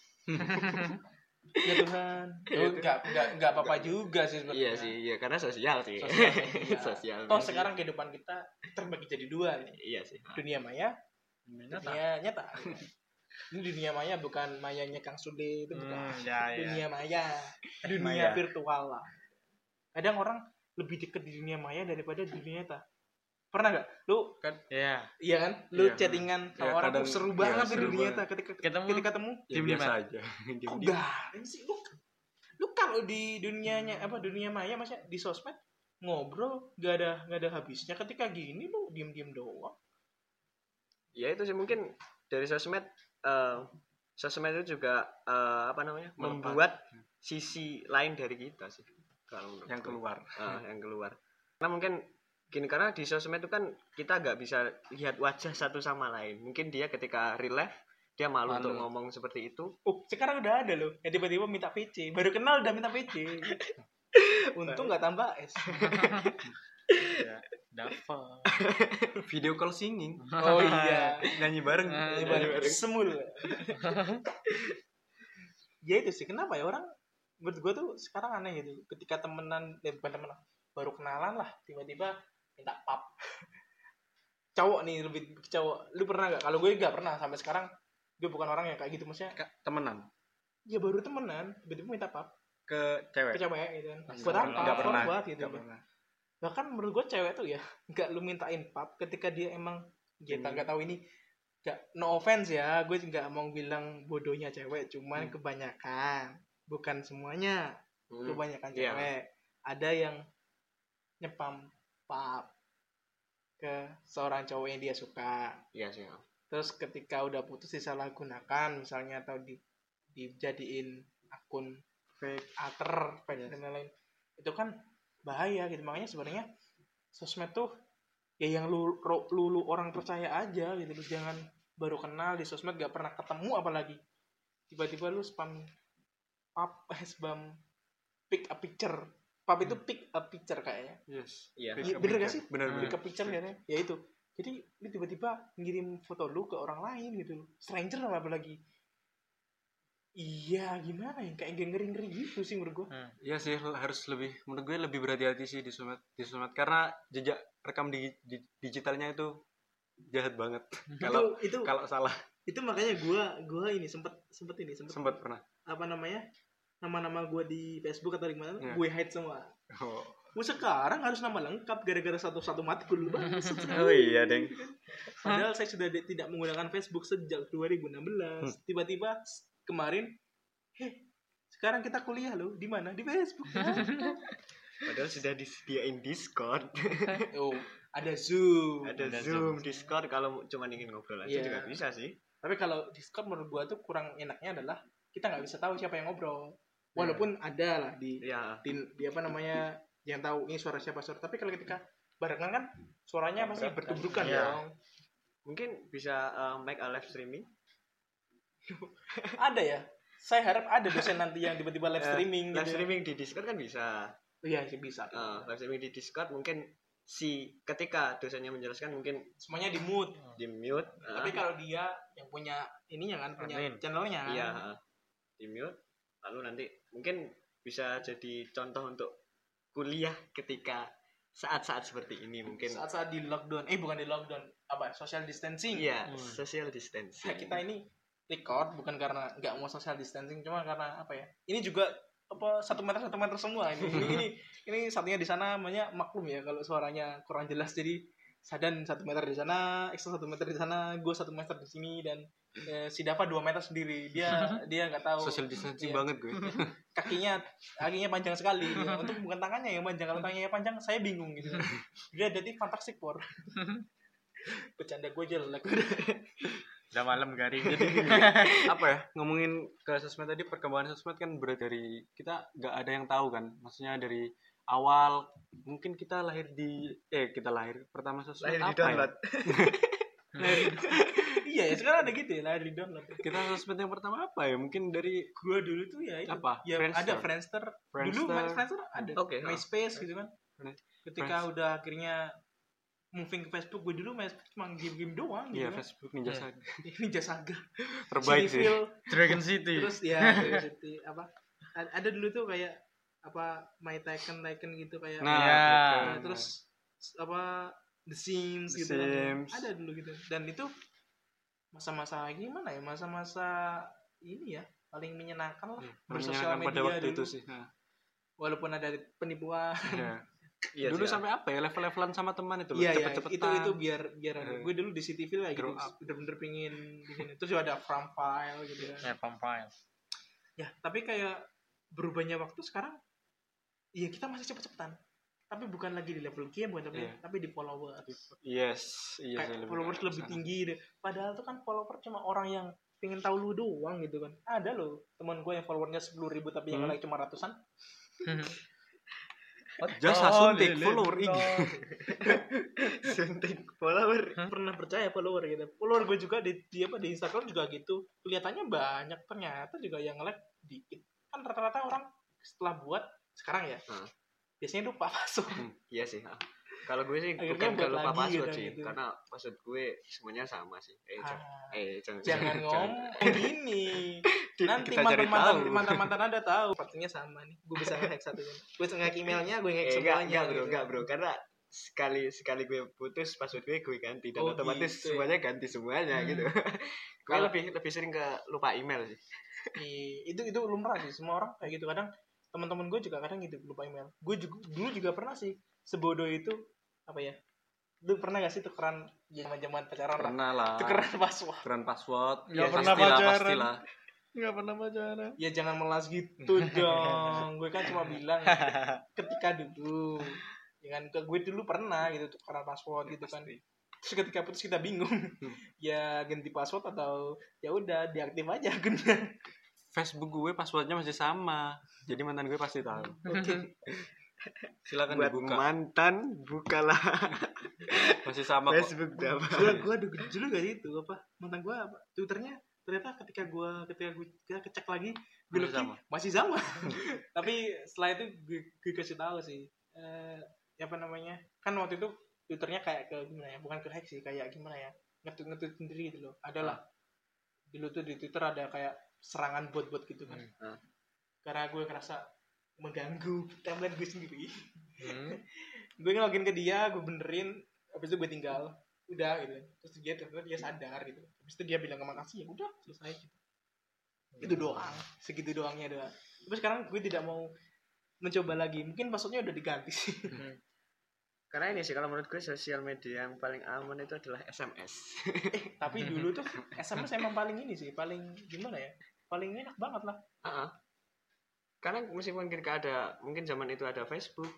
Ya Tuhan. Oh, enggak enggak enggak apa-apa juga sih sebenarnya. Iya sih, iya karena sosial sih. Sosial media. Sosial Toh media. sekarang kehidupan kita terbagi jadi dua nih. Iya sih. Dunia maya, Nyata. dunia nyata. Ini dunia maya bukan mayanya Kang Sude itu bukan. Hmm, ya, ya. Dunia maya, dunia Maya. virtual lah. Kadang orang lebih dekat di dunia maya daripada di dunia nyata. Pernah nggak? Lu Ya. iya kan? Lu Iya. chattingan sama Iya, orang kadang- tuh seru iya, banget di seru dunia banget. nyata ketika Ketemu. ketika ketemu. Ya Diem biasa lima. aja. Kok Diem-diem. garing sih lu? Lu kalau di dunianya apa dunia maya maksudnya di sosmed ngobrol nggak ada nggak ada habisnya. Ketika gini lu diem-diem doang. Ya itu sih mungkin dari sosmed eh, sosmed itu juga eh, apa namanya? Melepas. Membuat sisi lain dari kita sih. Kalau menurut Yang gue. keluar. Ah, yang keluar. Karena mungkin gini karena di sosmed itu kan kita nggak bisa lihat wajah satu sama lain. Mungkin dia ketika real life dia malu, Malu. untuk ngomong seperti itu. Oh, sekarang udah ada loh. Ya tiba-tiba minta V C. Baru kenal udah minta V C. Untung nggak tambah S. Ya, dapat. Video call singing. Oh iya. Nyanyi bareng. Ah, Ini nyanyi baru semul. Ya itu sih kenapa ya orang menurut gue tuh sekarang aneh gitu. Ketika temenan, eh, bukan temenan, baru kenalan lah tiba-tiba minta pap. Cowok nih lebih ke cowok. Lu pernah nggak? Kalau gue nggak pernah sampai sekarang. Gue bukan orang yang kayak gitu maksudnya. Ka- Temenan Ya baru temenan tiba-tiba minta pap ke cewek. ke cewek gitu kan. Nggak Buat apa? pernah. Nggak pernah. Buat gitu. Nggak pernah. Bahkan menurut gue cewek tuh ya nggak lu mintain pap ketika dia emang kita Hmm. nggak tahu ini nggak, no offense ya, gue nggak mau bilang bodohnya cewek, cuman Hmm. kebanyakan bukan semuanya, Hmm. kebanyakan Iya. cewek ada yang nyepam pap ke seorang cowok yang dia suka, Iya sih. terus ketika udah putus disalahgunakan misalnya atau di dijadiin akun Fake. alter fake Yes. dan lain-lain, itu kan bahaya gitu. Makanya sebenarnya sosmed tuh ya yang lu, ro- lu, lu orang percaya aja gitu. Lu jangan baru kenal di sosmed gak pernah ketemu apalagi tiba-tiba lu spam pap eh spam pick a picture. Pap itu pick a picture kayaknya. Yes. Iya. Pick Iya, a bener picture. gak sih? Bener, Pick bener. a picture katanya. Ya itu. Jadi lu tiba-tiba ngirim foto lu ke orang lain gitu. Stranger lah apalagi. Iya, gimana ya? Kayak ngeri-ngeri gitu sih menurut gua. Iya sih, harus lebih, menurut gue lebih berhati-hati sih di sosmed, di sosmed karena jejak rekam di, di- digitalnya itu jahat banget. Kalau itu itu kalau salah itu makanya gua gua ini sempet sempet ini sempet, sempat pernah. apa namanya, nama-nama gua di Facebook atau di mana Iya. gue hide semua. Oh, Gua sekarang harus nama lengkap gara-gara satu-satu mati gue dulu banget. oh iya, Deng. Padahal saya sudah de- tidak menggunakan Facebook sejak dua ribu enam belas. Hmm. Tiba-tiba s- kemarin, heh, sekarang kita kuliah loh. Di mana? Di Facebook. Padahal sudah disediain Discord. Oh, ada Zoom. Ada Ada Zoom, Zoom. Discord kalau cuma ingin ngobrol aja Iya. juga bisa sih. Tapi kalau Discord menurut gua tuh kurang enaknya adalah kita nggak bisa tahu siapa yang ngobrol. Walaupun ada lah di, Iya. di, di apa namanya yang tahu ini suara siapa suara. Tapi kalau ketika barengan kan suaranya pasti bertuburkan Iya. dong. Mungkin bisa uh, make a live streaming. Ada ya. Saya harap ada dosen nanti yang tiba-tiba live Eh, streaming. Live gitu. streaming di Discord kan bisa. Oh, iya sih bisa. Uh, live streaming di Discord mungkin si ketika dosennya menjelaskan mungkin Semuanya di mute. di mute. uh, Tapi kalau dia yang punya ininya kan punya Admin. channelnya. iya uh, di mute, lalu nanti mungkin bisa jadi contoh untuk kuliah ketika saat-saat seperti ini mungkin. Saat-saat di lockdown. Eh bukan di lockdown. Apa? Social distancing. Iya, Hmm. social distancing. Nah, kita ini record bukan karena nggak mau social distancing, cuma karena apa ya? Ini juga apa satu meter satu meter semua ini. ini ini ini satunya di sana namanya maklum ya kalau suaranya kurang jelas, jadi Sadan satu meter di sana, Eksa satu meter di sana, gue satu meter di sini, dan eh, si Dava dua meter sendiri. Dia dia nggak tahu. Social distancing Iya. banget gue. Kakinya kakinya panjang sekali. Ya. Untuk bukan tangannya yang panjang, kalau tangannya panjang saya bingung gitu. Dia jadi Fantastic Four. Bercanda gue jelek. Udah malam garing jadi Apa ya, ngomongin ke sosmed tadi, perkembangan sosmed kan berat dari kita nggak ada yang tahu kan, maksudnya dari awal mungkin kita lahir di eh kita lahir pertama sosmed Lahir di apa download. ya? Iya ya, sekarang ada gitu ya, lahir di download. Kita sosmed yang pertama apa ya, mungkin dari Gue dulu tuh ya itu. Apa? Ya Friendster. ada Friendster. Dulu Friendster. Friendster ada. Oke. MySpace gitu kan. Friends- Ketika Friends. udah akhirnya moving ke Facebook, gue dulu MySpace cuma game-game doang gitu Iya, kan. Facebook Ninja Iya. Saga Ini Jasaga. terbaik sih. Civil, Dragon City. terus ya Dragon City apa? a- Ada dulu tuh kayak apa My Tycoon Tycoon gitu kayak. Nah, Iya. Tycoon. Nah, terus apa The Sims The gitu kan. Sims. Ada dulu gitu. Dan itu masa-masa gimana ya? Masa-masa ini ya paling menyenangkan lah Iya, bersosial menyenangkan pada media waktu dulu. itu sih. Nah, Walaupun ada penipuan. iya. Iya, Dulu sih, sampai apa ya, level-levelan sama teman itu loh, Iya iya cepet-cepetan. itu itu biar biar Eh. gue dulu di C T V lah gitu Grow up. bener-bener pingin di sini. Terus juga ada from file gitu kan. Ya, Pampire. Ya tapi kayak berubahnya waktu sekarang, iya kita masih cepet-cepetan. Tapi bukan lagi di level game, bukan tapi Iya. tapi di followers. Yes, iya sih, Kayak followers lebih sana. tinggi deh. Padahal tuh kan follower cuma orang yang pengen tahu lu doang gitu kan. Ada loh teman gue yang followernya sepuluh ribu tapi yang Hmm. like cuma ratusan. Jasa suntik follower I G. suntik follower. Pernah percaya follower gitu. Follower gue juga di, di apa di Instagram juga gitu. Kelihatannya banyak, ternyata juga yang like dikit. Kan rata-rata orang setelah buat sekarang ya Heeh. biasanya lupa password. Iya sih. ah. Kalau gue sih Akhirnya bukan buat gak lupa lagi password gitu, sih, gitu. karena password gue semuanya sama sih. Eh, jangan, Ah, eh jangan, jangan ngomong gini. Nanti Kita cari mantan-mantan tahu. mantan-mantan Anda tahu passwordnya sama nih. Gue bisa nge-hack satunya. Gue bisa nge-hack emailnya, gue nge-hack Eh, enggak, semuanya. enggak bro, gitu. enggak bro, karena sekali sekali gue putus password gue gue ganti dan Oh, otomatis gitu ya. semuanya ganti semuanya Hmm. gitu. Gue Kalau- lebih lebih sering ke lupa email sih. Iya, itu itu lumrah sih, semua orang kayak gitu. Kadang teman-teman gue juga kadang gitu lupa email. Gue juga dulu juga pernah sih sebodoh itu apa ya? Lu pernah gak sih tukeran zaman-zaman pacaran? lah? Pernah lah. Tukeran password. Tukeran password. Nggak Ya, pernah pastilah, pacaran. pastilah. Enggak pernah pacaran. Ya jangan melas gitu dong. Gue kan cuma bilang ketika dulu. Jangan ke gue dulu pernah gitu tukeran password gitu kan. Terus ketika putus kita bingung. Ya ganti password atau ya udah diaktif aja akunnya. Facebook gue passwordnya masih sama. Jadi mantan gue pasti tahu. Oke. Silakan Buat dibuka. mantan bukalah Masih sama kok. Facebook dapat. Gue gue dulu dulu gak itu apa mantan gue apa twitternya ternyata ketika gue ketika gue kita kecek lagi gue Masih looking, sama. masih sama. Tapi setelah itu gue, gue kasih tahu sih eh, apa namanya kan waktu itu twitternya kayak ke gimana ya bukan ke hack sih kayak gimana ya ngetweet ngetweet sendiri gitu loh adalah dulu tuh di twitter ada kayak serangan bot-bot gitu kan Hmm. karena gue ngerasa mengganggu timeline gue sendiri. Hmm. Gue ngelogin ke dia gue benerin habis itu gue tinggal udah gitu terus dia ternyata dia sadar gitu habis itu dia bilang makasih ya udah selesai gitu. Itu doang segitu doangnya doang tapi sekarang gue tidak mau mencoba lagi mungkin passwordnya udah diganti sih. Karena ini sih kalau menurut gue sosial media yang paling aman itu adalah S M S. Tapi dulu tuh S M S emang paling ini sih paling gimana ya paling enak banget lah. Uh-uh. Karena meskipun ketika ada mungkin zaman itu ada Facebook,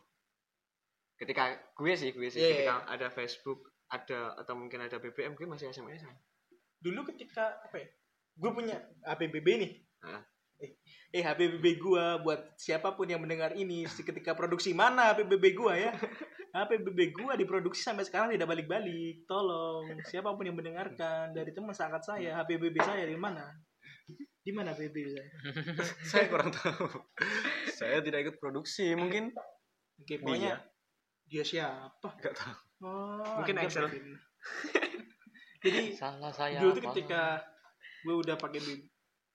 ketika gue sih gue sih Yeah, ketika yeah. ada Facebook ada atau mungkin ada B B M gue masih S M S. Dulu ketika apa ya gue punya H P B B nih. Heeh. Eh, eh H P B B gue buat siapapun yang mendengar ini ketika produksi mana H P B B gue ya. H P B B gue diproduksi sampai sekarang tidak balik-balik. Tolong siapapun yang mendengarkan dari teman sahabat saya H P B B saya di mana? Di mana H P B B saya? Saya kurang tahu. Saya tidak ikut produksi, mungkin Oke, pokoknya dia siapa? enggak tahu. Oh, Mungkin Anda Excel. Bevin. Jadi Salah saya dulu tuh apa? ketika gue udah pakai B B,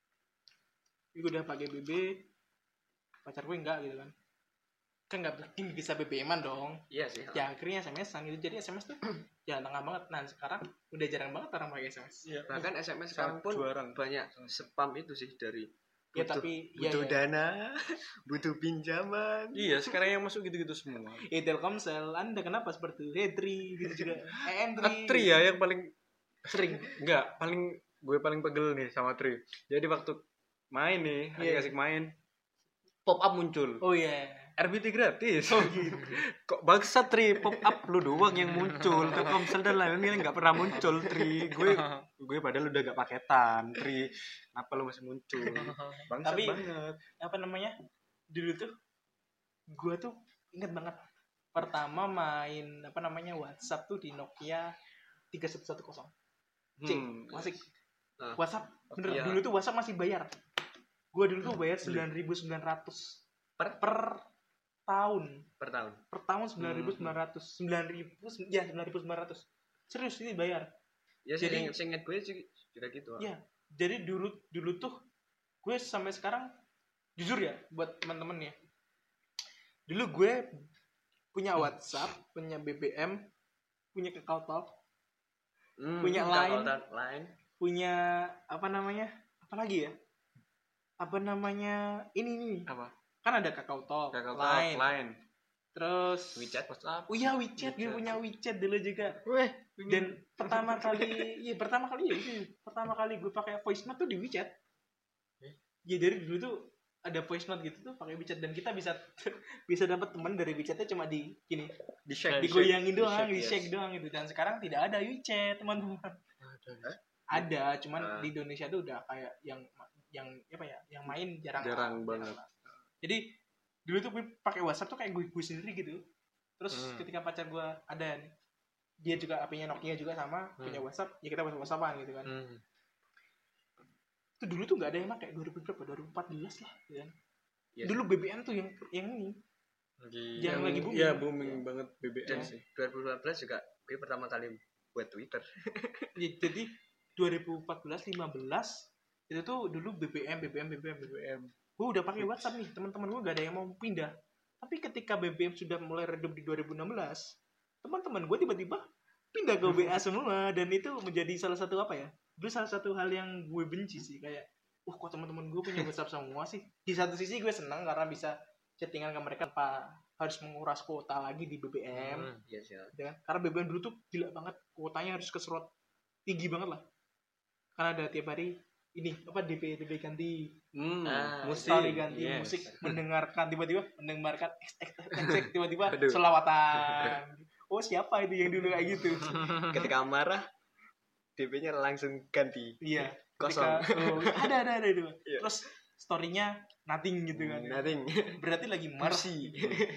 gue udah pakai B B, pacar gue enggak gitu kan? Kan nggak mungkin bisa B B M-an dong. Iya sih. Ya akhirnya S M S-an gitu. Jadi S M S tuh ya tengah banget. Nah sekarang udah jarang banget orang pakai S M S. Iya. Bahkan S M S sekarang pun Jarang. banyak spam itu sih dari Ya butuh, tapi ya, butuh ya. dana, butuh pinjaman. Iya, sekarang yang masuk gitu-gitu semua. Eh Telkomsel, Anda kenapa seperti itu? Hetri gitu juga. Eh Entri. Tri ya yang paling Sering. enggak, paling gue paling pegel nih sama Tri. Jadi waktu main nih, Iya. asik-asik main, pop up muncul. Oh iya. R B T gratis. Oh gitu. Kok bangsat Tri, pop up lu doang yang muncul. Telkomsel dan lain-lain enggak pernah muncul Tri. Gue gue padahal udah gak paketan Tri. Kenapa lu masih muncul? Bangsat Tapi- banget. Apa namanya? Dulu tuh gue tuh inget banget pertama main apa namanya WhatsApp tuh di Nokia tiga satu satu nol. Cing, Hmm. masih Ah. WhatsApp bener Iya. dulu tuh WhatsApp masih bayar. Gue dulu tuh bayar sembilan ribu sembilan ratus Per? per tahun. Per tahun. Per tahun sembilan ribu sembilan ratus. sembilan ribu ya sembilan ribu sembilan ratus. Serius ini bayar. Ya sih, Jadi- seinget gue sih juga gitu. ah. Iya. Jadi dulu dulu tuh gue sampai sekarang jujur ya buat teman-teman ya. Dulu gue punya WhatsApp, punya B B M, punya KakaoTalk, Hmm, Punya kalau Line. tak- Line. punya apa namanya? Apa lagi ya? Apa namanya? Ini nih. Apa? Kan ada KakaoTalk, Kakak Line, lain. terus WeChat. WhatsApp. Oh iya WeChat, gue WeChat. punya WeChat dulu juga. Weh, Dan pertama kali, iya pertama kali ya itu, pertama kali gue pakai voice note tuh di WeChat. Ya dari dulu tuh ada voice note gitu tuh pakai WeChat dan kita bisa bisa dapat teman dari WeChatnya cuma di gini, Di shake, digoyangin di doang, shake, di yes. shake doang gitu. Dan sekarang tidak ada WeChat teman-teman. Ada, cuman Ah. di Indonesia tuh udah kayak yang yang apa ya, yang main jarang. Jarang banget. Jadi dulu tuh gue pakai WhatsApp tuh kayak gue gue sendiri gitu. Terus Hmm. ketika pacar gue ada nih, dia juga H P-nya Nokia juga sama, punya WhatsApp, ya kita WhatsApp WhatsAppan gitu kan. Hmm. Itu dulu tuh nggak ada yang pakai dua ribu berapa? dua ribu empat belas lah, gitu kan. Iya. Dulu B B M tuh yang yang ini Lagi yang lagi booming. Iya, booming banget B B M Dan sih. dua ribu lima belas juga gue pertama kali buat Twitter. Ya, jadi dua ribu empat belas lima belas itu tuh dulu B B M B B M B B M B B M. Gue udah pakai WhatsApp nih, teman-teman gue gak ada yang mau pindah. Tapi ketika B B M sudah mulai redup di dua ribu enam belas, teman-teman gue tiba-tiba pindah ke W A semua, dan itu menjadi salah satu apa ya? Dulu salah satu hal yang gue benci sih, kayak, wah kok teman-teman gue punya WhatsApp semua sih. Di satu sisi gue senang karena bisa chattingan ke mereka tanpa harus menguras kuota lagi di B B M. Hmm. Iya sih. Ya kan? Karena B B M dulu tuh gila banget, kuotanya harus keserot tinggi banget lah. Karena ada tiap hari ini apa D P D P ganti, Hmm, Ah, musik. story ganti Yes. musik, mendengarkan tiba-tiba mendengarkan X X X X tiba-tiba Aduh. selawatan. Oh siapa itu yang dulu kayak gitu? Ketika marah D P-nya langsung ganti. Iya. Kosong. Ketika- oh, ada ada ada itu. Iya. Terus story-nya nothing gitu kan. Nothing. Berarti lagi marah. Pusi.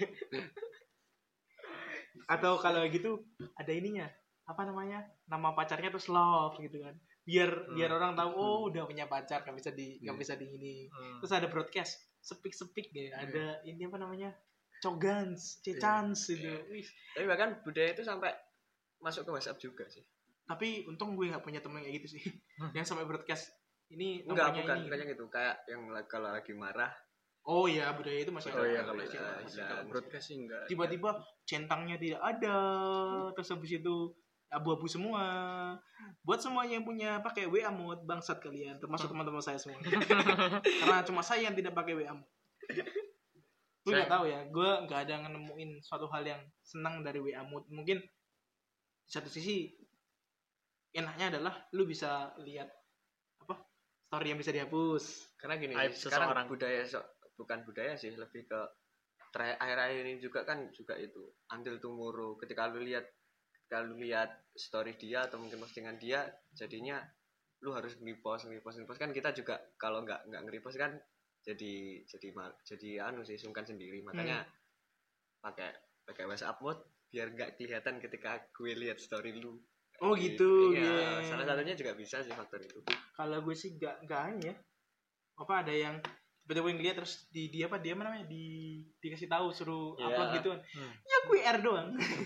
Atau kalau gitu ada ininya, apa namanya, nama pacarnya terus love gitu kan, biar Hmm. biar orang tahu oh udah punya pacar, nggak bisa di nggak Hmm. bisa di ini. Hmm. Terus ada broadcast sepik sepik ya, ada ini apa namanya, cogans cecans itu. Wih. Tapi bahkan budaya itu sampai masuk ke WhatsApp juga sih. Tapi untung gue nggak punya temen kayak gitu sih, Hmm. yang sampai broadcast ini Enggak, nomornya bukan ini. bukan yang gitu. Kayak yang la- kalau lagi marah, Oh iya, budaya itu masih ada. Oh iya, kalau Masih iya, ada, iya. masih ada. Broadcast sih enggak. Tiba-tiba centangnya tidak ada, terus habis itu abu-abu semua. Buat semua yang punya pakai W A mode, bangsat kalian, termasuk teman-teman saya semua. Karena cuma saya yang tidak pakai W A mode. Gue nggak tahu ya, gue nggak ada nemuin suatu hal yang senang dari W A mode. Mungkin di satu sisi enaknya adalah lu bisa lihat apa story yang bisa dihapus. karena gini, Aib sekarang seseorang. budaya so- bukan budaya sih, lebih ke terakhir akhir-akhir ini juga kan juga itu until tomorrow. Ketika lu lihat ketika lu lihat story dia atau mungkin postingan dia, jadinya lu harus nge-repost nge-repost nge-repost. Kan kita juga kalau nggak nggak nge-repost kan jadi jadi mal jadi anu sih, sungkan sendiri. Makanya pakai pakai WhatsApp mode biar nggak kelihatan ketika gue lihat story lu. Oh gitu, Iya, iya. salah satunya juga bisa sih faktor itu. Kalau gue sih nggak nggak ya, apa ada yang tiba-tiba yang lihat terus di dia apa dia apa namanya di dikasih tahu suruh Iya. upload gitu kan. Hmm. Ya gue R doang.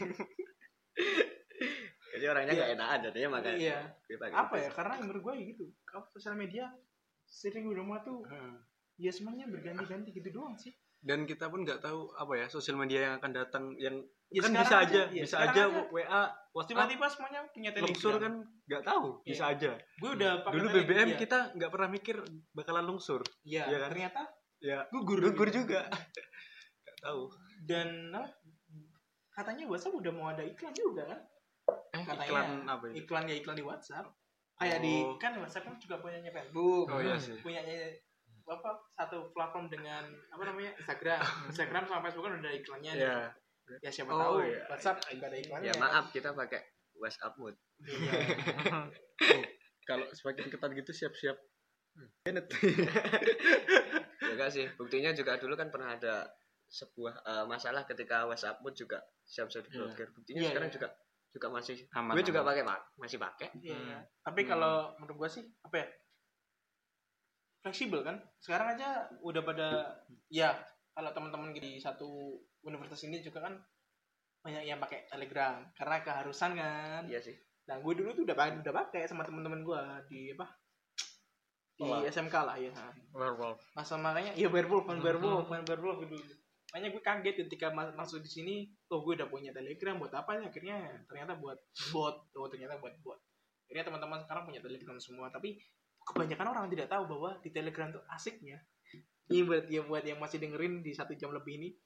Jadi orangnya Iya. nggak enakan jadinya makanya Iya. gue pakai Apa itu ya, sih. karena menurut gue gitu, kalau sosial media sering udah mau tuh Hmm. ya semuanya berganti-ganti gitu doang sih. Dan kita pun nggak tahu apa ya sosial media yang akan datang, yang Ya, kan sekarang bisa aja, aja, iya, bisa sekarang aja aja. W A, WhatsApp, Tiba-tiba semuanya punya lungsur Telegram. kan nggak tahu, Iya. bisa aja. Gue udah pakai Dulu B Telegram, B M iya. kita nggak pernah mikir bakalan lungsur, Iya, iya kan? ternyata ya gugur. gugur gitu. juga. Nggak tahu. Dan apa, katanya WhatsApp udah mau ada iklan juga kan? Eh, Katanya iklan apa itu? iklan ya iklan di WhatsApp. Kayak di Oh. kan WhatsApp kan juga punyanya Facebook. Oh iya sih. Punyanya apa satu platform dengan apa namanya Instagram. Instagram sama Facebook kan udah ada iklannya. nih. Ya. Ya siapa Oh, tahu iya. WhatsApp juga ada iklannya. Ya maaf, kita pakai WhatsApp mode. Iya. Kalau semakin ketat gitu siap-siap. Bennett. Ya enggak sih, buktinya juga dulu kan pernah ada sebuah eh, masalah ketika WhatsApp mode juga siap-siap diblokir. Buktinya Iya, sekarang iya. juga juga masih Aman, gue juga aman. pakai mak masih pakai. Iya. Tapi Hmm. kalau menurut gua sih apa ya? Fleksibel kan? Sekarang aja udah pada ya kalau teman-teman di satu universitas ini juga kan banyak yang pakai Telegram karena keharusan kan. Iya sih. Nah, gue dulu tuh udah pakai udah pakai sama teman-teman gue di apa? Di Oh. S M K lah ya. Werewolf. Masa makanya ya werewolf, main werewolf, main werewolf dulu. Makanya gue kaget ketika ma- masuk di sini, oh gue udah punya Telegram buat apa ya? Akhirnya ternyata buat bot. Oh, ternyata buat bot. Akhirnya teman-teman sekarang punya Telegram semua, tapi kebanyakan orang tidak tahu bahwa di Telegram tuh asiknya. Ini buat ya buat yang masih dengerin di satu jam lebih ini.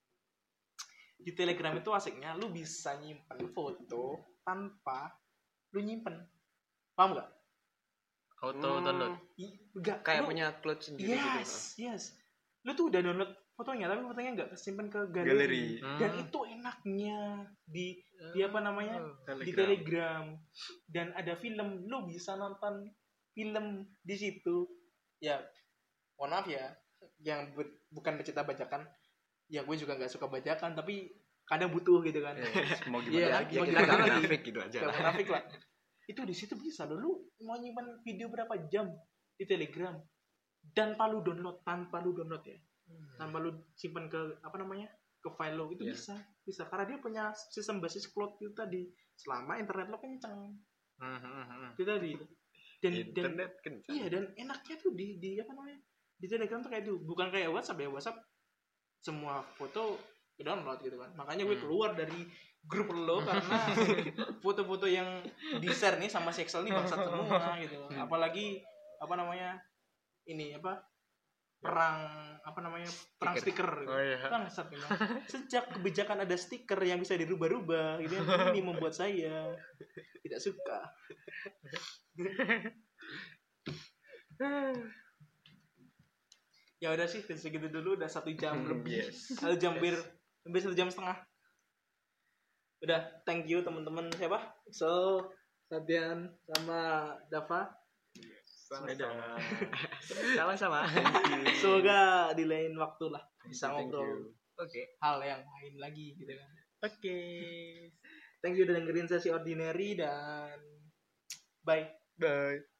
Di Telegram itu asiknya lu bisa nyimpen foto tanpa lu nyimpen. Paham nggak? Auto Hmm, download. I- Enggak. Kayak lu- punya cloud sendiri gitu. Yes, yes. Lu tuh udah download fotonya, tapi fotonya nggak kesimpan ke galeri. Galeri. Dan Hmm. itu enaknya di di apa namanya? Di Telegram. Telegram. Dan ada film, lu bisa nonton film di situ. Ya, mohon maaf ya, yang bu- bukan pecinta bajakan. Ya gue juga nggak suka bajakan, tapi kadang butuh gitu kan. Mau Iya, gimana kan? lagi? Ya Mau kita gimana nggak lagi? munafik gitu aja Gak lah. munafik lah. Itu di situ bisa loh. Lu mau nyimpan video berapa jam di Telegram tanpa lu download, tanpa lu download ya. tanpa lu simpan ke apa namanya ke file lo itu Iya. bisa bisa karena dia punya sistem basis cloud itu tadi selama internet lo kencang itu tadi dan dan internet kencang. iya dan enaknya tuh di di apa namanya di Telegram tuh kayak itu bukan kayak WhatsApp ya WhatsApp semua foto ke download gitu kan makanya gue Hmm. keluar dari grup lo karena foto-foto yang di share nih sama si Excel nih bangsat semua gitu apalagi apa namanya ini apa perang apa namanya perang stiker, Oh iya. bangsat memang sejak kebijakan ada stiker yang bisa dirubah-rubah gitu ini membuat saya tidak suka. Ya udah sih segitu dulu udah satu jam lebih Yes. satu jam hampir hampir satu jam setengah udah thank you teman-teman siapa so Sabian sama Dava Sama-sama. Sama-sama. semoga di lain waktu lah bisa Thank ngobrol you. Oke. hal yang lain lagi gitu kan. Oke. Thank you udah dengerin sesi ordinary dan bye. Bye.